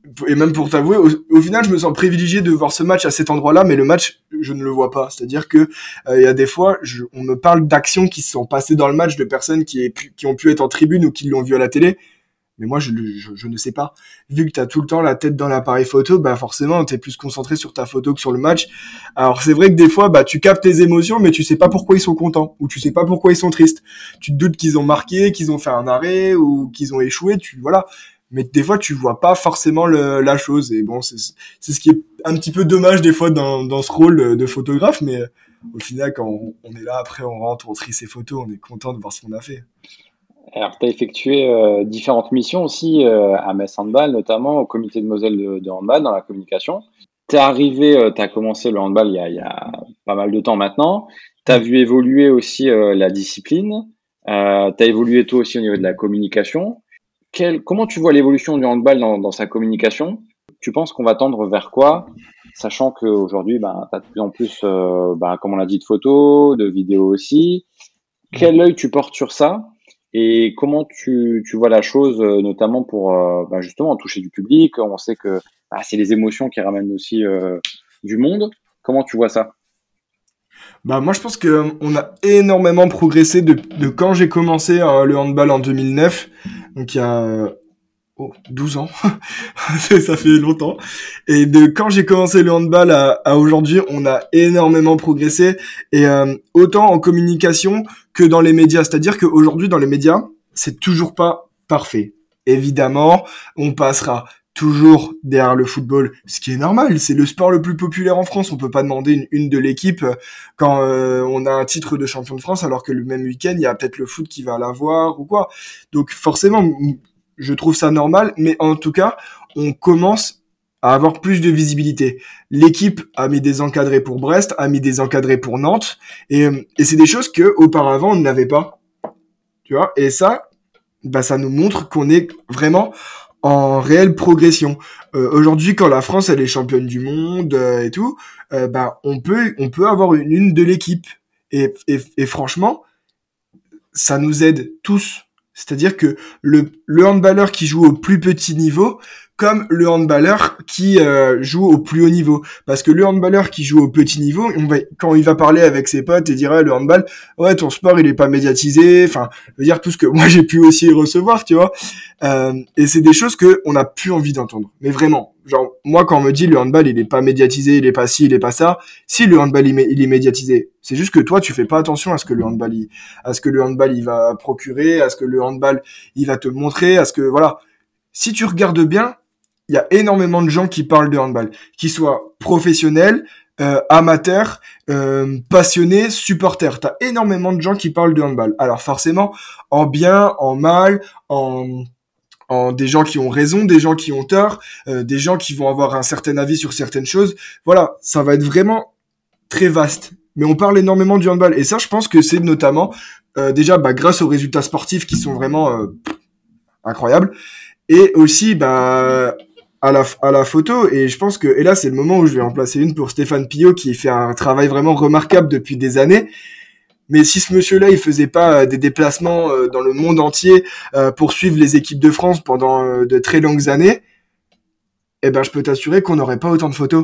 et même pour t'avouer, au, au final, je me sens privilégié de voir ce match à cet endroit-là, mais le match, je ne le vois pas. C'est-à-dire que il euh, y a des fois, je, on me parle d'actions qui se sont passées dans le match, de personnes qui, aient pu, qui ont pu être en tribune ou qui l'ont vu à la télé. Mais moi, je, je, je ne sais pas. Vu que t'as tout le temps la tête dans l'appareil photo, bah forcément, t'es plus concentré sur ta photo que sur le match. Alors c'est vrai que des fois, bah tu captes tes émotions, mais tu sais pas pourquoi ils sont contents ou tu sais pas pourquoi ils sont tristes. Tu te doutes qu'ils ont marqué, qu'ils ont fait un arrêt ou qu'ils ont échoué. Tu voilà. Mais des fois, tu vois pas forcément le, la chose. Et bon, c'est, c'est ce qui est un petit peu dommage des fois dans, dans ce rôle de photographe. Mais au final, quand on, on est là, après, on rentre, on trie ses photos, on est content de voir ce qu'on a fait. Alors, tu as effectué euh, différentes missions aussi euh, à Metz Handball, notamment au comité de Moselle de, de handball dans la communication. Tu es arrivé, euh, tu as commencé le handball il y a, il y a pas mal de temps maintenant. Tu as vu évoluer aussi euh, la discipline. Euh, tu as évolué toi aussi au niveau de la communication. Quel, comment tu vois l'évolution du handball dans, dans sa communication? Tu penses qu'on va tendre vers quoi? Sachant qu'aujourd'hui, ben, tu as de plus en plus, euh, ben, comme on l'a dit, de photos, de vidéos aussi. Quel œil tu portes sur ça? Et comment tu, tu vois la chose, notamment pour euh, bah justement toucher du public? On sait que bah, c'est les émotions qui ramènent aussi euh, du monde. Comment tu vois ça? Bah moi je pense que on a énormément progressé de, de quand j'ai commencé euh, le handball en deux mille neuf, donc il y a euh, oh, douze ans, ça fait longtemps. Et de quand j'ai commencé le handball à, à aujourd'hui, on a énormément progressé, et euh, autant en communication que dans les médias. C'est-à-dire qu'aujourd'hui, dans les médias, c'est toujours pas parfait. Évidemment, on passera toujours derrière le football, ce qui est normal. C'est le sport le plus populaire en France. On peut pas demander une, une de l'équipe quand euh, on a un titre de champion de France, alors que le même week-end, il y a peut-être le foot qui va l'avoir ou quoi. Donc forcément, je trouve ça normal, mais en tout cas, on commence à avoir plus de visibilité. L'équipe a mis des encadrés pour Brest, a mis des encadrés pour Nantes, et, et c'est des choses que auparavant on n'avait pas, tu vois. Et ça, bah ça nous montre qu'on est vraiment en réelle progression. Euh, aujourd'hui, quand la France elle est championne du monde euh, et tout, euh, bah on peut on peut avoir une une de l'équipe, et, et, et franchement, ça nous aide tous. C'est-à-dire que le, le handballeur qui joue au plus petit niveau, comme le handballeur qui euh, joue au plus haut niveau. Parce que le handballeur qui joue au petit niveau, on va, quand il va parler avec ses potes et dire ah, le handball, ouais, ton sport il est pas médiatisé, enfin, je veux dire tout ce que moi j'ai pu aussi recevoir, tu vois. Euh, et c'est des choses que on n'a plus envie d'entendre. Mais vraiment, genre moi quand on me dit le handball il est pas médiatisé, il est pas ci, il est pas ça. Si le handball il, il est médiatisé, c'est juste que toi tu fais pas attention à ce que le handball il, à ce que le handball il va procurer, à ce que le handball il va te montrer, à ce que voilà. Si tu regardes bien, il y a énormément de gens qui parlent de handball, qu'ils soient professionnels, euh, amateurs, euh, passionnés, supporters. T'as énormément de gens qui parlent de handball. Alors forcément, en bien, en mal, en en des gens qui ont raison, des gens qui ont tort, euh, des gens qui vont avoir un certain avis sur certaines choses. Voilà, ça va être vraiment très vaste. Mais on parle énormément du handball. Et ça, je pense que c'est notamment euh, déjà bah, grâce aux résultats sportifs qui sont vraiment euh, incroyables. Et aussi bah à la à la photo. Et je pense que et là c'est le moment où je vais en placer une pour Stéphane Pillot qui fait un travail vraiment remarquable depuis des années. Mais si ce monsieur-là il faisait pas des déplacements euh, dans le monde entier euh, pour suivre les équipes de France pendant euh, de très longues années, eh ben je peux t'assurer qu'on n'aurait pas autant de photos.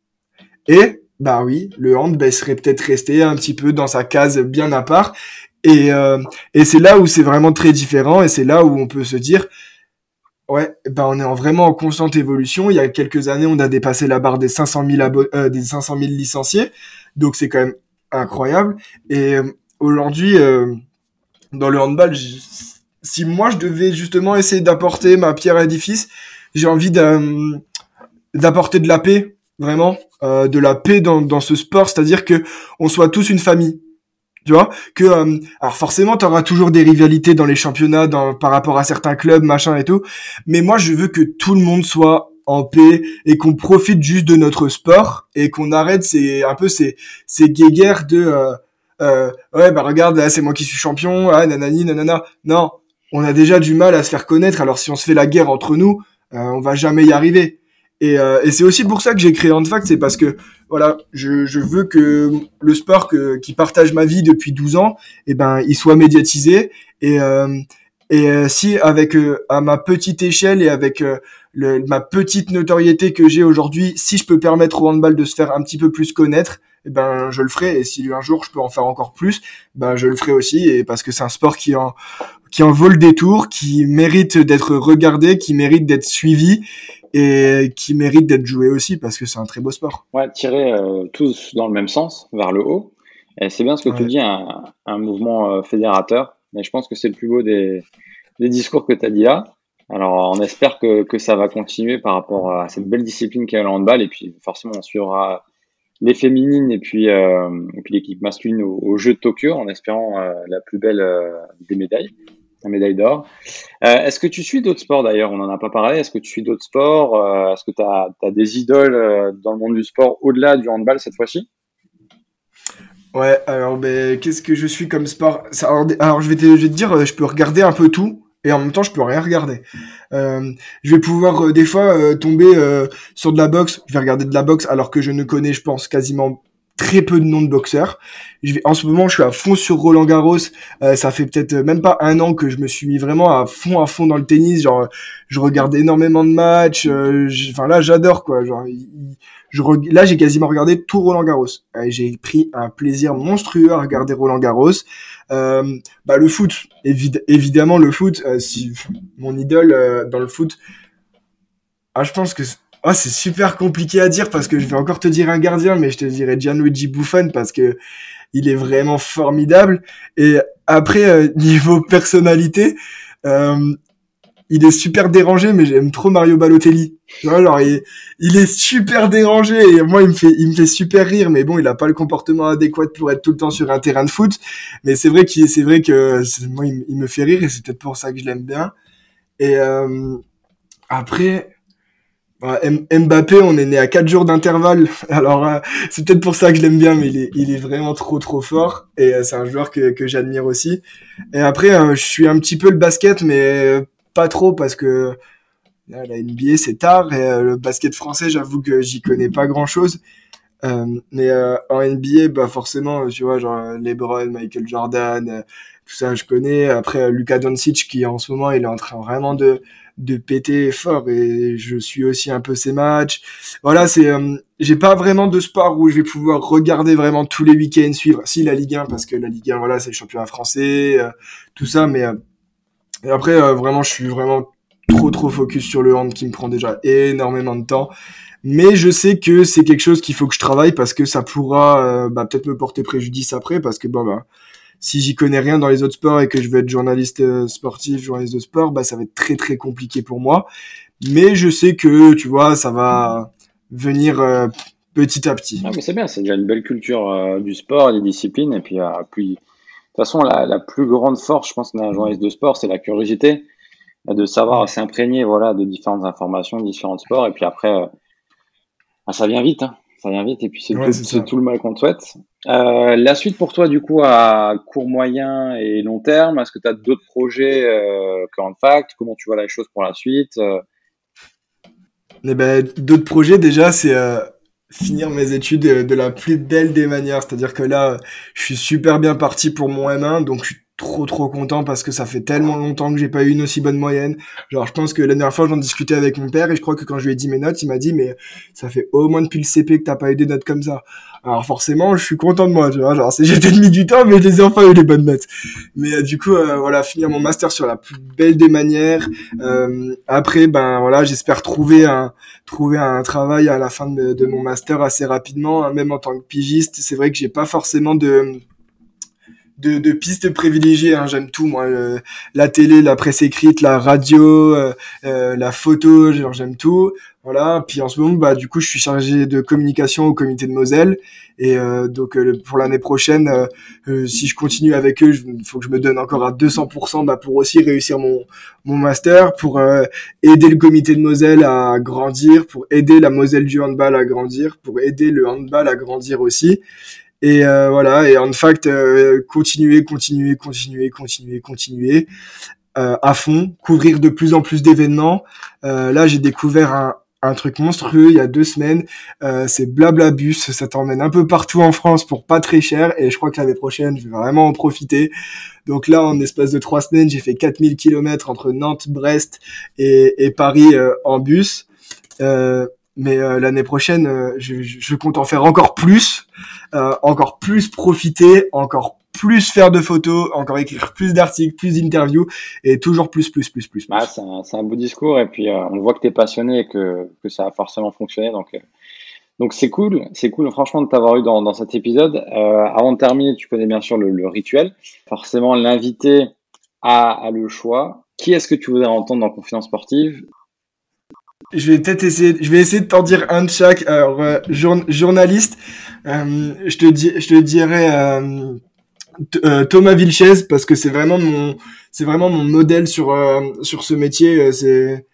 Et bah oui, le hand bah, serait peut-être resté un petit peu dans sa case bien à part. Et euh, et c'est là où c'est vraiment très différent, et c'est là où on peut se dire ouais, ben on est en vraiment en constante évolution. Il y a quelques années, on a dépassé la barre des cinq cent mille abo- euh, des cinq cent mille licenciés, donc c'est quand même incroyable. Et euh, aujourd'hui, euh, dans le handball, j- si moi je devais justement essayer d'apporter ma pierre à l'édifice, j'ai envie d'a- d'apporter de la paix, vraiment, euh, de la paix dans, dans ce sport, c'est-à-dire que on soit tous une famille. Tu vois que euh, alors forcément t'auras toujours des rivalités dans les championnats dans, par rapport à certains clubs machin et tout, mais moi je veux que tout le monde soit en paix et qu'on profite juste de notre sport et qu'on arrête ces un peu ces ces guéguerres de euh, euh, ouais bah regarde là c'est moi qui suis champion, ah nanani nanana. Non, on a déjà du mal à se faire connaître, alors si on se fait la guerre entre nous, euh, on va jamais y arriver. Et, euh, et c'est aussi pour ça que j'ai créé Handfact, c'est parce que voilà, je, je veux que le sport que, qui partage ma vie depuis douze ans, eh ben, il soit médiatisé, et, euh, Et euh, si avec euh, à ma petite échelle et avec euh, le, ma petite notoriété que j'ai aujourd'hui, si je peux permettre au handball de se faire un petit peu plus connaître, eh ben je le ferai. Et si un jour je peux en faire encore plus, ben je le ferai aussi. Et parce que c'est un sport qui en qui en vaut le détour, qui mérite d'être regardé, qui mérite d'être suivi et qui mérite d'être joué aussi parce que c'est un très beau sport. Ouais, tirer euh, tous dans le même sens, vers le haut. Et c'est bien ce que tu Ouais. dis, un, un mouvement euh, fédérateur. Mais je pense que c'est le plus beau des, des discours que tu as dit là. Alors, on espère que, que ça va continuer par rapport à cette belle discipline qu'est le handball. Et puis, forcément, on suivra les féminines et puis, euh, et puis l'équipe masculine aux, aux Jeux de Tokyo en espérant euh, la plus belle euh, des médailles, la médaille d'or. Euh, est-ce que tu suis d'autres sports d'ailleurs? On n'en a pas parlé. Est-ce que tu suis d'autres sports? Euh, est-ce que tu as des idoles euh, dans le monde du sport au-delà du handball cette fois-ci? Ouais, alors ben qu'est-ce que je suis comme sport? Ça, alors, alors, je vais te, je vais te dire, euh, je peux regarder un peu tout et en même temps je peux rien regarder. Euh, je vais pouvoir euh, des fois euh, tomber euh, sur de la boxe. Je vais regarder de la boxe alors que je ne connais, je pense, quasiment très peu de noms de boxeurs. Je vais, en ce moment, je suis à fond sur Roland Garros. Euh, ça fait peut-être même pas un an que je me suis mis vraiment à fond, à fond dans le tennis. Genre, je regarde énormément de matchs. Euh, j'- enfin là, j'adore quoi. Genre, il- il- je reg- là, j'ai quasiment regardé tout Roland Garros. Euh, j'ai pris un plaisir monstrueux à regarder Roland Garros. Euh, bah le foot, évid- évidemment le foot. Euh, si mon idole euh, dans le foot, ah je pense que c'est- ah, c'est super compliqué à dire parce que je vais encore te dire un gardien, mais je te dirais Gianluigi Buffon parce que il est vraiment formidable. Et après euh, niveau personnalité, euh, il est super dérangé, mais j'aime trop Mario Balotelli. Tu vois, genre, il, il est super dérangé et moi, il me fait, il me fait super rire, mais bon, il a pas le comportement adéquat pour être tout le temps sur un terrain de foot. Mais c'est vrai qu'il, c'est vrai que c'est- moi, il, il me fait rire et c'est peut-être pour ça que je l'aime bien. Et euh, après, ouais, M- Mbappé, on est né à quatre jours d'intervalle. Alors, euh, c'est peut-être pour ça que je l'aime bien, mais il est, il est vraiment trop, trop fort. Et euh, c'est un joueur que, que j'admire aussi. Et après, euh, je suis un petit peu le basket, mais euh, pas trop parce que là, la N B A, c'est tard et euh, le basket français, j'avoue que j'y connais pas grand-chose. Euh, mais euh, en N B A, bah forcément, tu vois, genre euh, LeBron, Michael Jordan, euh, tout ça, je connais. Après, euh, Luka Doncic, qui en ce moment, il est en train vraiment de de péter fort et je suis aussi un peu ses matchs. Voilà, c'est, euh, j'ai pas vraiment de sport où je vais pouvoir regarder vraiment tous les week-ends, suivre. Si la Ligue un, parce que la Ligue un, voilà, c'est le championnat français, euh, tout ça. Mais euh, et après, euh, vraiment, je suis vraiment trop trop focus sur le hand qui me prend déjà énormément de temps. Mais je sais que c'est quelque chose qu'il faut que je travaille parce que ça pourra euh, bah, peut-être me porter préjudice après parce que bon bah si j'y connais rien dans les autres sports et que je veux être journaliste euh, sportif, journaliste de sport, bah ça va être très très compliqué pour moi. Mais je sais que tu vois, ça va venir euh, petit à petit. Ah, mais c'est bien, c'est déjà une belle culture euh, du sport, des disciplines. Et puis, euh, puis, de toute façon, la, la plus grande force, je pense, d'un journaliste de sport, c'est la curiosité, euh, de savoir s'imprégner, voilà, de différentes informations, de différents sports. Et puis après, euh, ah, ça vient vite, hein. Ça vient vite. Et puis, c'est Ouais, tout, c'est c'est ça. tout le mal qu'on te souhaite. Euh, la suite pour toi, du coup, à court, moyen et long terme, est-ce que tu as d'autres projets euh, que Handfact? Comment tu vois la chose pour la suite? Euh, Eh ben, d'autres projets déjà, c'est euh, finir mes études euh, de la plus belle des manières. C'est-à-dire que là, je suis super bien parti pour mon M un, donc je suis trop trop content parce que ça fait tellement longtemps que j'ai pas eu une aussi bonne moyenne. Genre, je pense que la dernière fois, j'en discutais avec mon père et je crois que quand je lui ai dit mes notes, il m'a dit, mais ça fait au moins depuis le C P que t'as pas eu des notes comme ça. Alors forcément, je suis content de moi, tu vois. Genre, c'est- j'ai peut-être mis du temps, mais je les ai enfin eu les bonnes notes. Mais euh, du coup, euh, voilà, finir mon master sur la plus belle des manières. Euh, après, ben voilà, j'espère trouver un trouver un travail à la fin de, de mon master assez rapidement, hein, même en tant que pigiste. C'est vrai que j'ai pas forcément de de, de pistes privilégiées, hein. J'aime tout, moi, le- la télé, la presse écrite, la radio, euh, euh, la photo, genre j'aime tout. Voilà. Puis en ce moment, bah du coup, je suis chargé de communication au comité de Moselle, et euh, donc euh, pour l'année prochaine, euh, euh, si je continue avec eux, il faut que je me donne encore à deux cents pour cent, bah pour aussi réussir mon mon master, pour euh, aider le comité de Moselle à grandir, pour aider la Moselle du handball à grandir, pour aider le handball à grandir aussi. Et euh, voilà, et en fact, euh, continuer, continuer, continuer, continuer, continuer euh, à fond, couvrir de plus en plus d'événements. Euh, là, j'ai découvert un, un truc monstrueux il y a deux semaines. Euh, c'est Blablabus, ça t'emmène un peu partout en France pour pas très cher et je crois que l'année prochaine, je vais vraiment en profiter. Donc là, en espace de trois semaines, j'ai fait quatre mille kilomètres entre Nantes, Brest et, et Paris euh, en bus. Euh, mais euh, l'année prochaine, euh, je, je compte en faire encore plus, euh, encore plus profiter, encore plus faire de photos, encore écrire plus d'articles, plus d'interviews et toujours plus, plus, plus, plus. plus. Bah, c'est un, c'est un beau discours et puis euh, on voit que tu es passionné et que, que ça a forcément fonctionné. Donc, euh, donc c'est cool, c'est cool franchement de t'avoir eu dans, dans cet épisode. Euh, avant de terminer, tu connais bien sûr le, le rituel. Forcément, l'invité a, a le choix. Qui est-ce que tu voudrais entendre dans Confidence Sportive ? Je vais peut-être essayer, je vais essayer de t'en dire un de chaque. Alors, euh, jour, journaliste, euh, je te dis, je te dirais euh, t- euh, Thomas Vilches parce que c'est vraiment mon, c'est vraiment mon modèle sur euh, sur ce métier. C'est,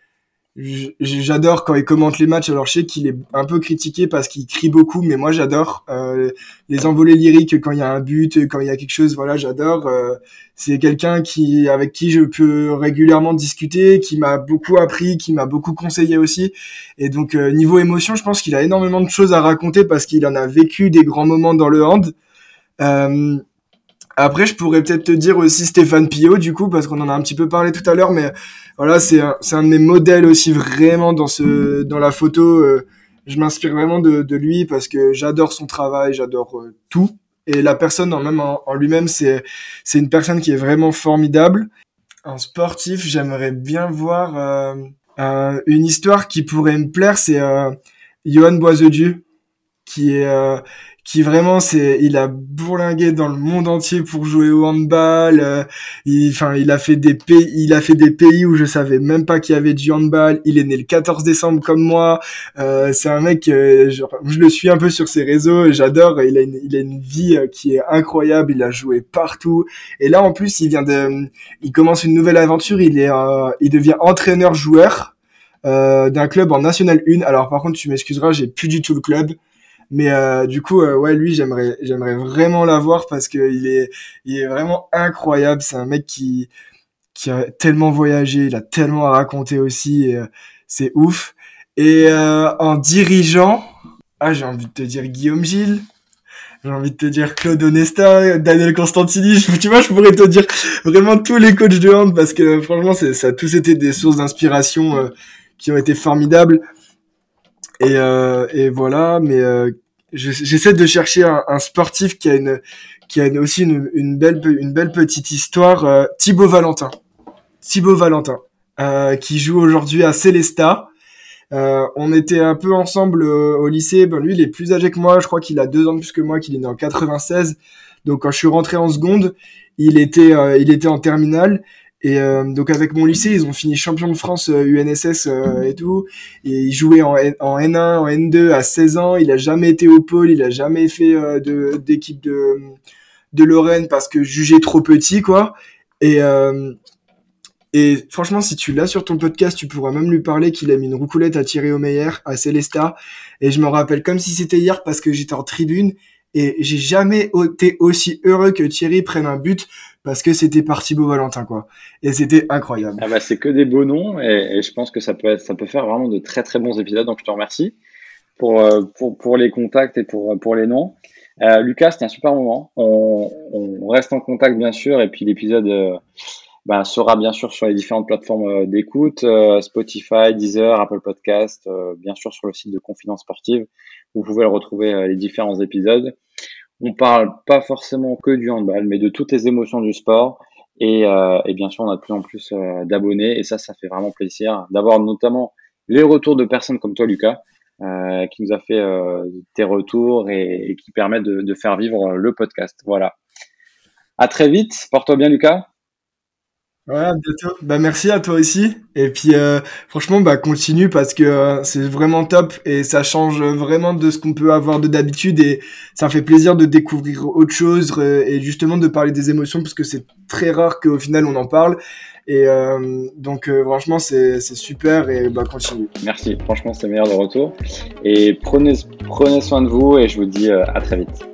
j- j'adore quand il commente les matchs. Alors je sais qu'il est un peu critiqué parce qu'il crie beaucoup, mais moi j'adore euh, les envolées lyriques quand il y a un but, quand il y a quelque chose. Voilà, j'adore. Euh, c'est quelqu'un qui, avec qui je peux régulièrement discuter, qui m'a beaucoup appris, qui m'a beaucoup conseillé aussi. Et donc, euh, niveau émotion, je pense qu'il a énormément de choses à raconter parce qu'il en a vécu des grands moments dans le hand. Euh, après, je pourrais peut-être te dire aussi Stéphane Pillot, du coup, parce qu'on en a un petit peu parlé tout à l'heure, mais voilà, c'est un, c'est un de mes modèles aussi vraiment dans ce, dans la photo. Euh, je m'inspire vraiment de, de lui parce que j'adore son travail, j'adore euh, tout. Et la personne en même en, en lui-même, c'est c'est une personne qui est vraiment formidable. En sportif, j'aimerais bien voir euh, euh, une histoire qui pourrait me plaire, c'est euh, Yoann Boisedieu, qui est euh, qui vraiment c'est il a bourlingué dans le monde entier pour jouer au handball. Euh, il enfin il a fait des pays il a fait des pays où je savais même pas qu'il y avait du handball. Il est né le quatorze décembre comme moi. Euh, c'est un mec euh, genre, je le suis un peu sur ses réseaux, j'adore. Il a une il a une vie euh, qui est incroyable. Il a joué partout et là en plus il vient de il commence une nouvelle aventure. Il est euh, il devient entraîneur joueur euh, d'un club en National un. Alors par contre tu m'excuseras, j'ai plus du tout le club. Mais euh, du coup, euh, ouais, lui, j'aimerais, j'aimerais vraiment l'avoir parce que il est, il est vraiment incroyable. C'est un mec qui, qui a tellement voyagé, il a tellement à raconter aussi. Et, euh, c'est ouf. Et euh, en dirigeant, ah, j'ai envie de te dire Guillaume Gilles. J'ai envie de te dire Claude Onesta, Daniel Constantini. Je, tu vois, je pourrais te dire vraiment tous les coachs de hand parce que franchement, c'est, ça a tous été des sources d'inspiration euh, qui ont été formidables. Et, euh, et voilà, mais euh, je, j'essaie de chercher un, un sportif qui a une, qui a une, aussi une, une belle, une belle petite histoire. Euh, Thibaut Valentin, Thibaut Valentin, euh, qui joue aujourd'hui à Célestat. Euh, on était un peu ensemble euh, au lycée. Ben lui, il est plus âgé que moi. Je crois qu'il a deux ans de plus que moi, qu'il est né en quatre-vingt-seize. Donc quand je suis rentré en seconde, il était, euh, il était en terminale. Et euh, donc avec mon lycée, ils ont fini champion de France euh, U N S S euh, et tout. Et il jouait en, N- en N un, en N deux à seize ans. Il a jamais été au pôle, il a jamais fait euh, de d'équipe de de Lorraine parce que jugé trop petit quoi. Et euh, et franchement, si tu l'as sur ton podcast, tu pourras même lui parler qu'il a mis une roucoulette à Thierry Omeyer à Célestat. Et je me rappelle comme si c'était hier parce que j'étais en tribune et j'ai jamais été aussi heureux que Thierry prenne un but parce que c'était par Thibaut Valentin, quoi. Et c'était incroyable. Ah bah, c'est que des beaux noms et, et je pense que ça peut être, ça peut faire vraiment de très très bons épisodes. Donc je te remercie pour, euh, pour, pour les contacts et pour, pour les noms. Euh, Lucas, c'était un super moment. On, on reste en contact bien sûr et puis l'épisode euh, bah, sera bien sûr sur les différentes plateformes d'écoute, euh, Spotify, Deezer, Apple Podcast, euh, bien sûr sur le site de Confidence Sportive. Vous pouvez le retrouver euh, les différents épisodes. On parle pas forcément que du handball, mais de toutes les émotions du sport. Et, euh, et bien sûr, on a de plus en plus euh, d'abonnés. Et ça, ça fait vraiment plaisir d'avoir notamment les retours de personnes comme toi, Lucas, euh, qui nous a fait euh, tes retours et, et qui permettent de, de faire vivre le podcast. Voilà. À très vite. Porte-toi bien, Lucas. Ouais, à bientôt. Bah merci à toi aussi. Et puis euh, franchement, bah continue parce que euh, c'est vraiment top et ça change vraiment de ce qu'on peut avoir de d'habitude et ça fait plaisir de découvrir autre chose euh, et justement de parler des émotions parce que c'est très rare qu'au final on en parle. Et euh, donc euh, franchement c'est c'est super et bah continue. Merci. Franchement, c'est le meilleur de retour. Et prenez prenez soin de vous et je vous dis euh, à très vite.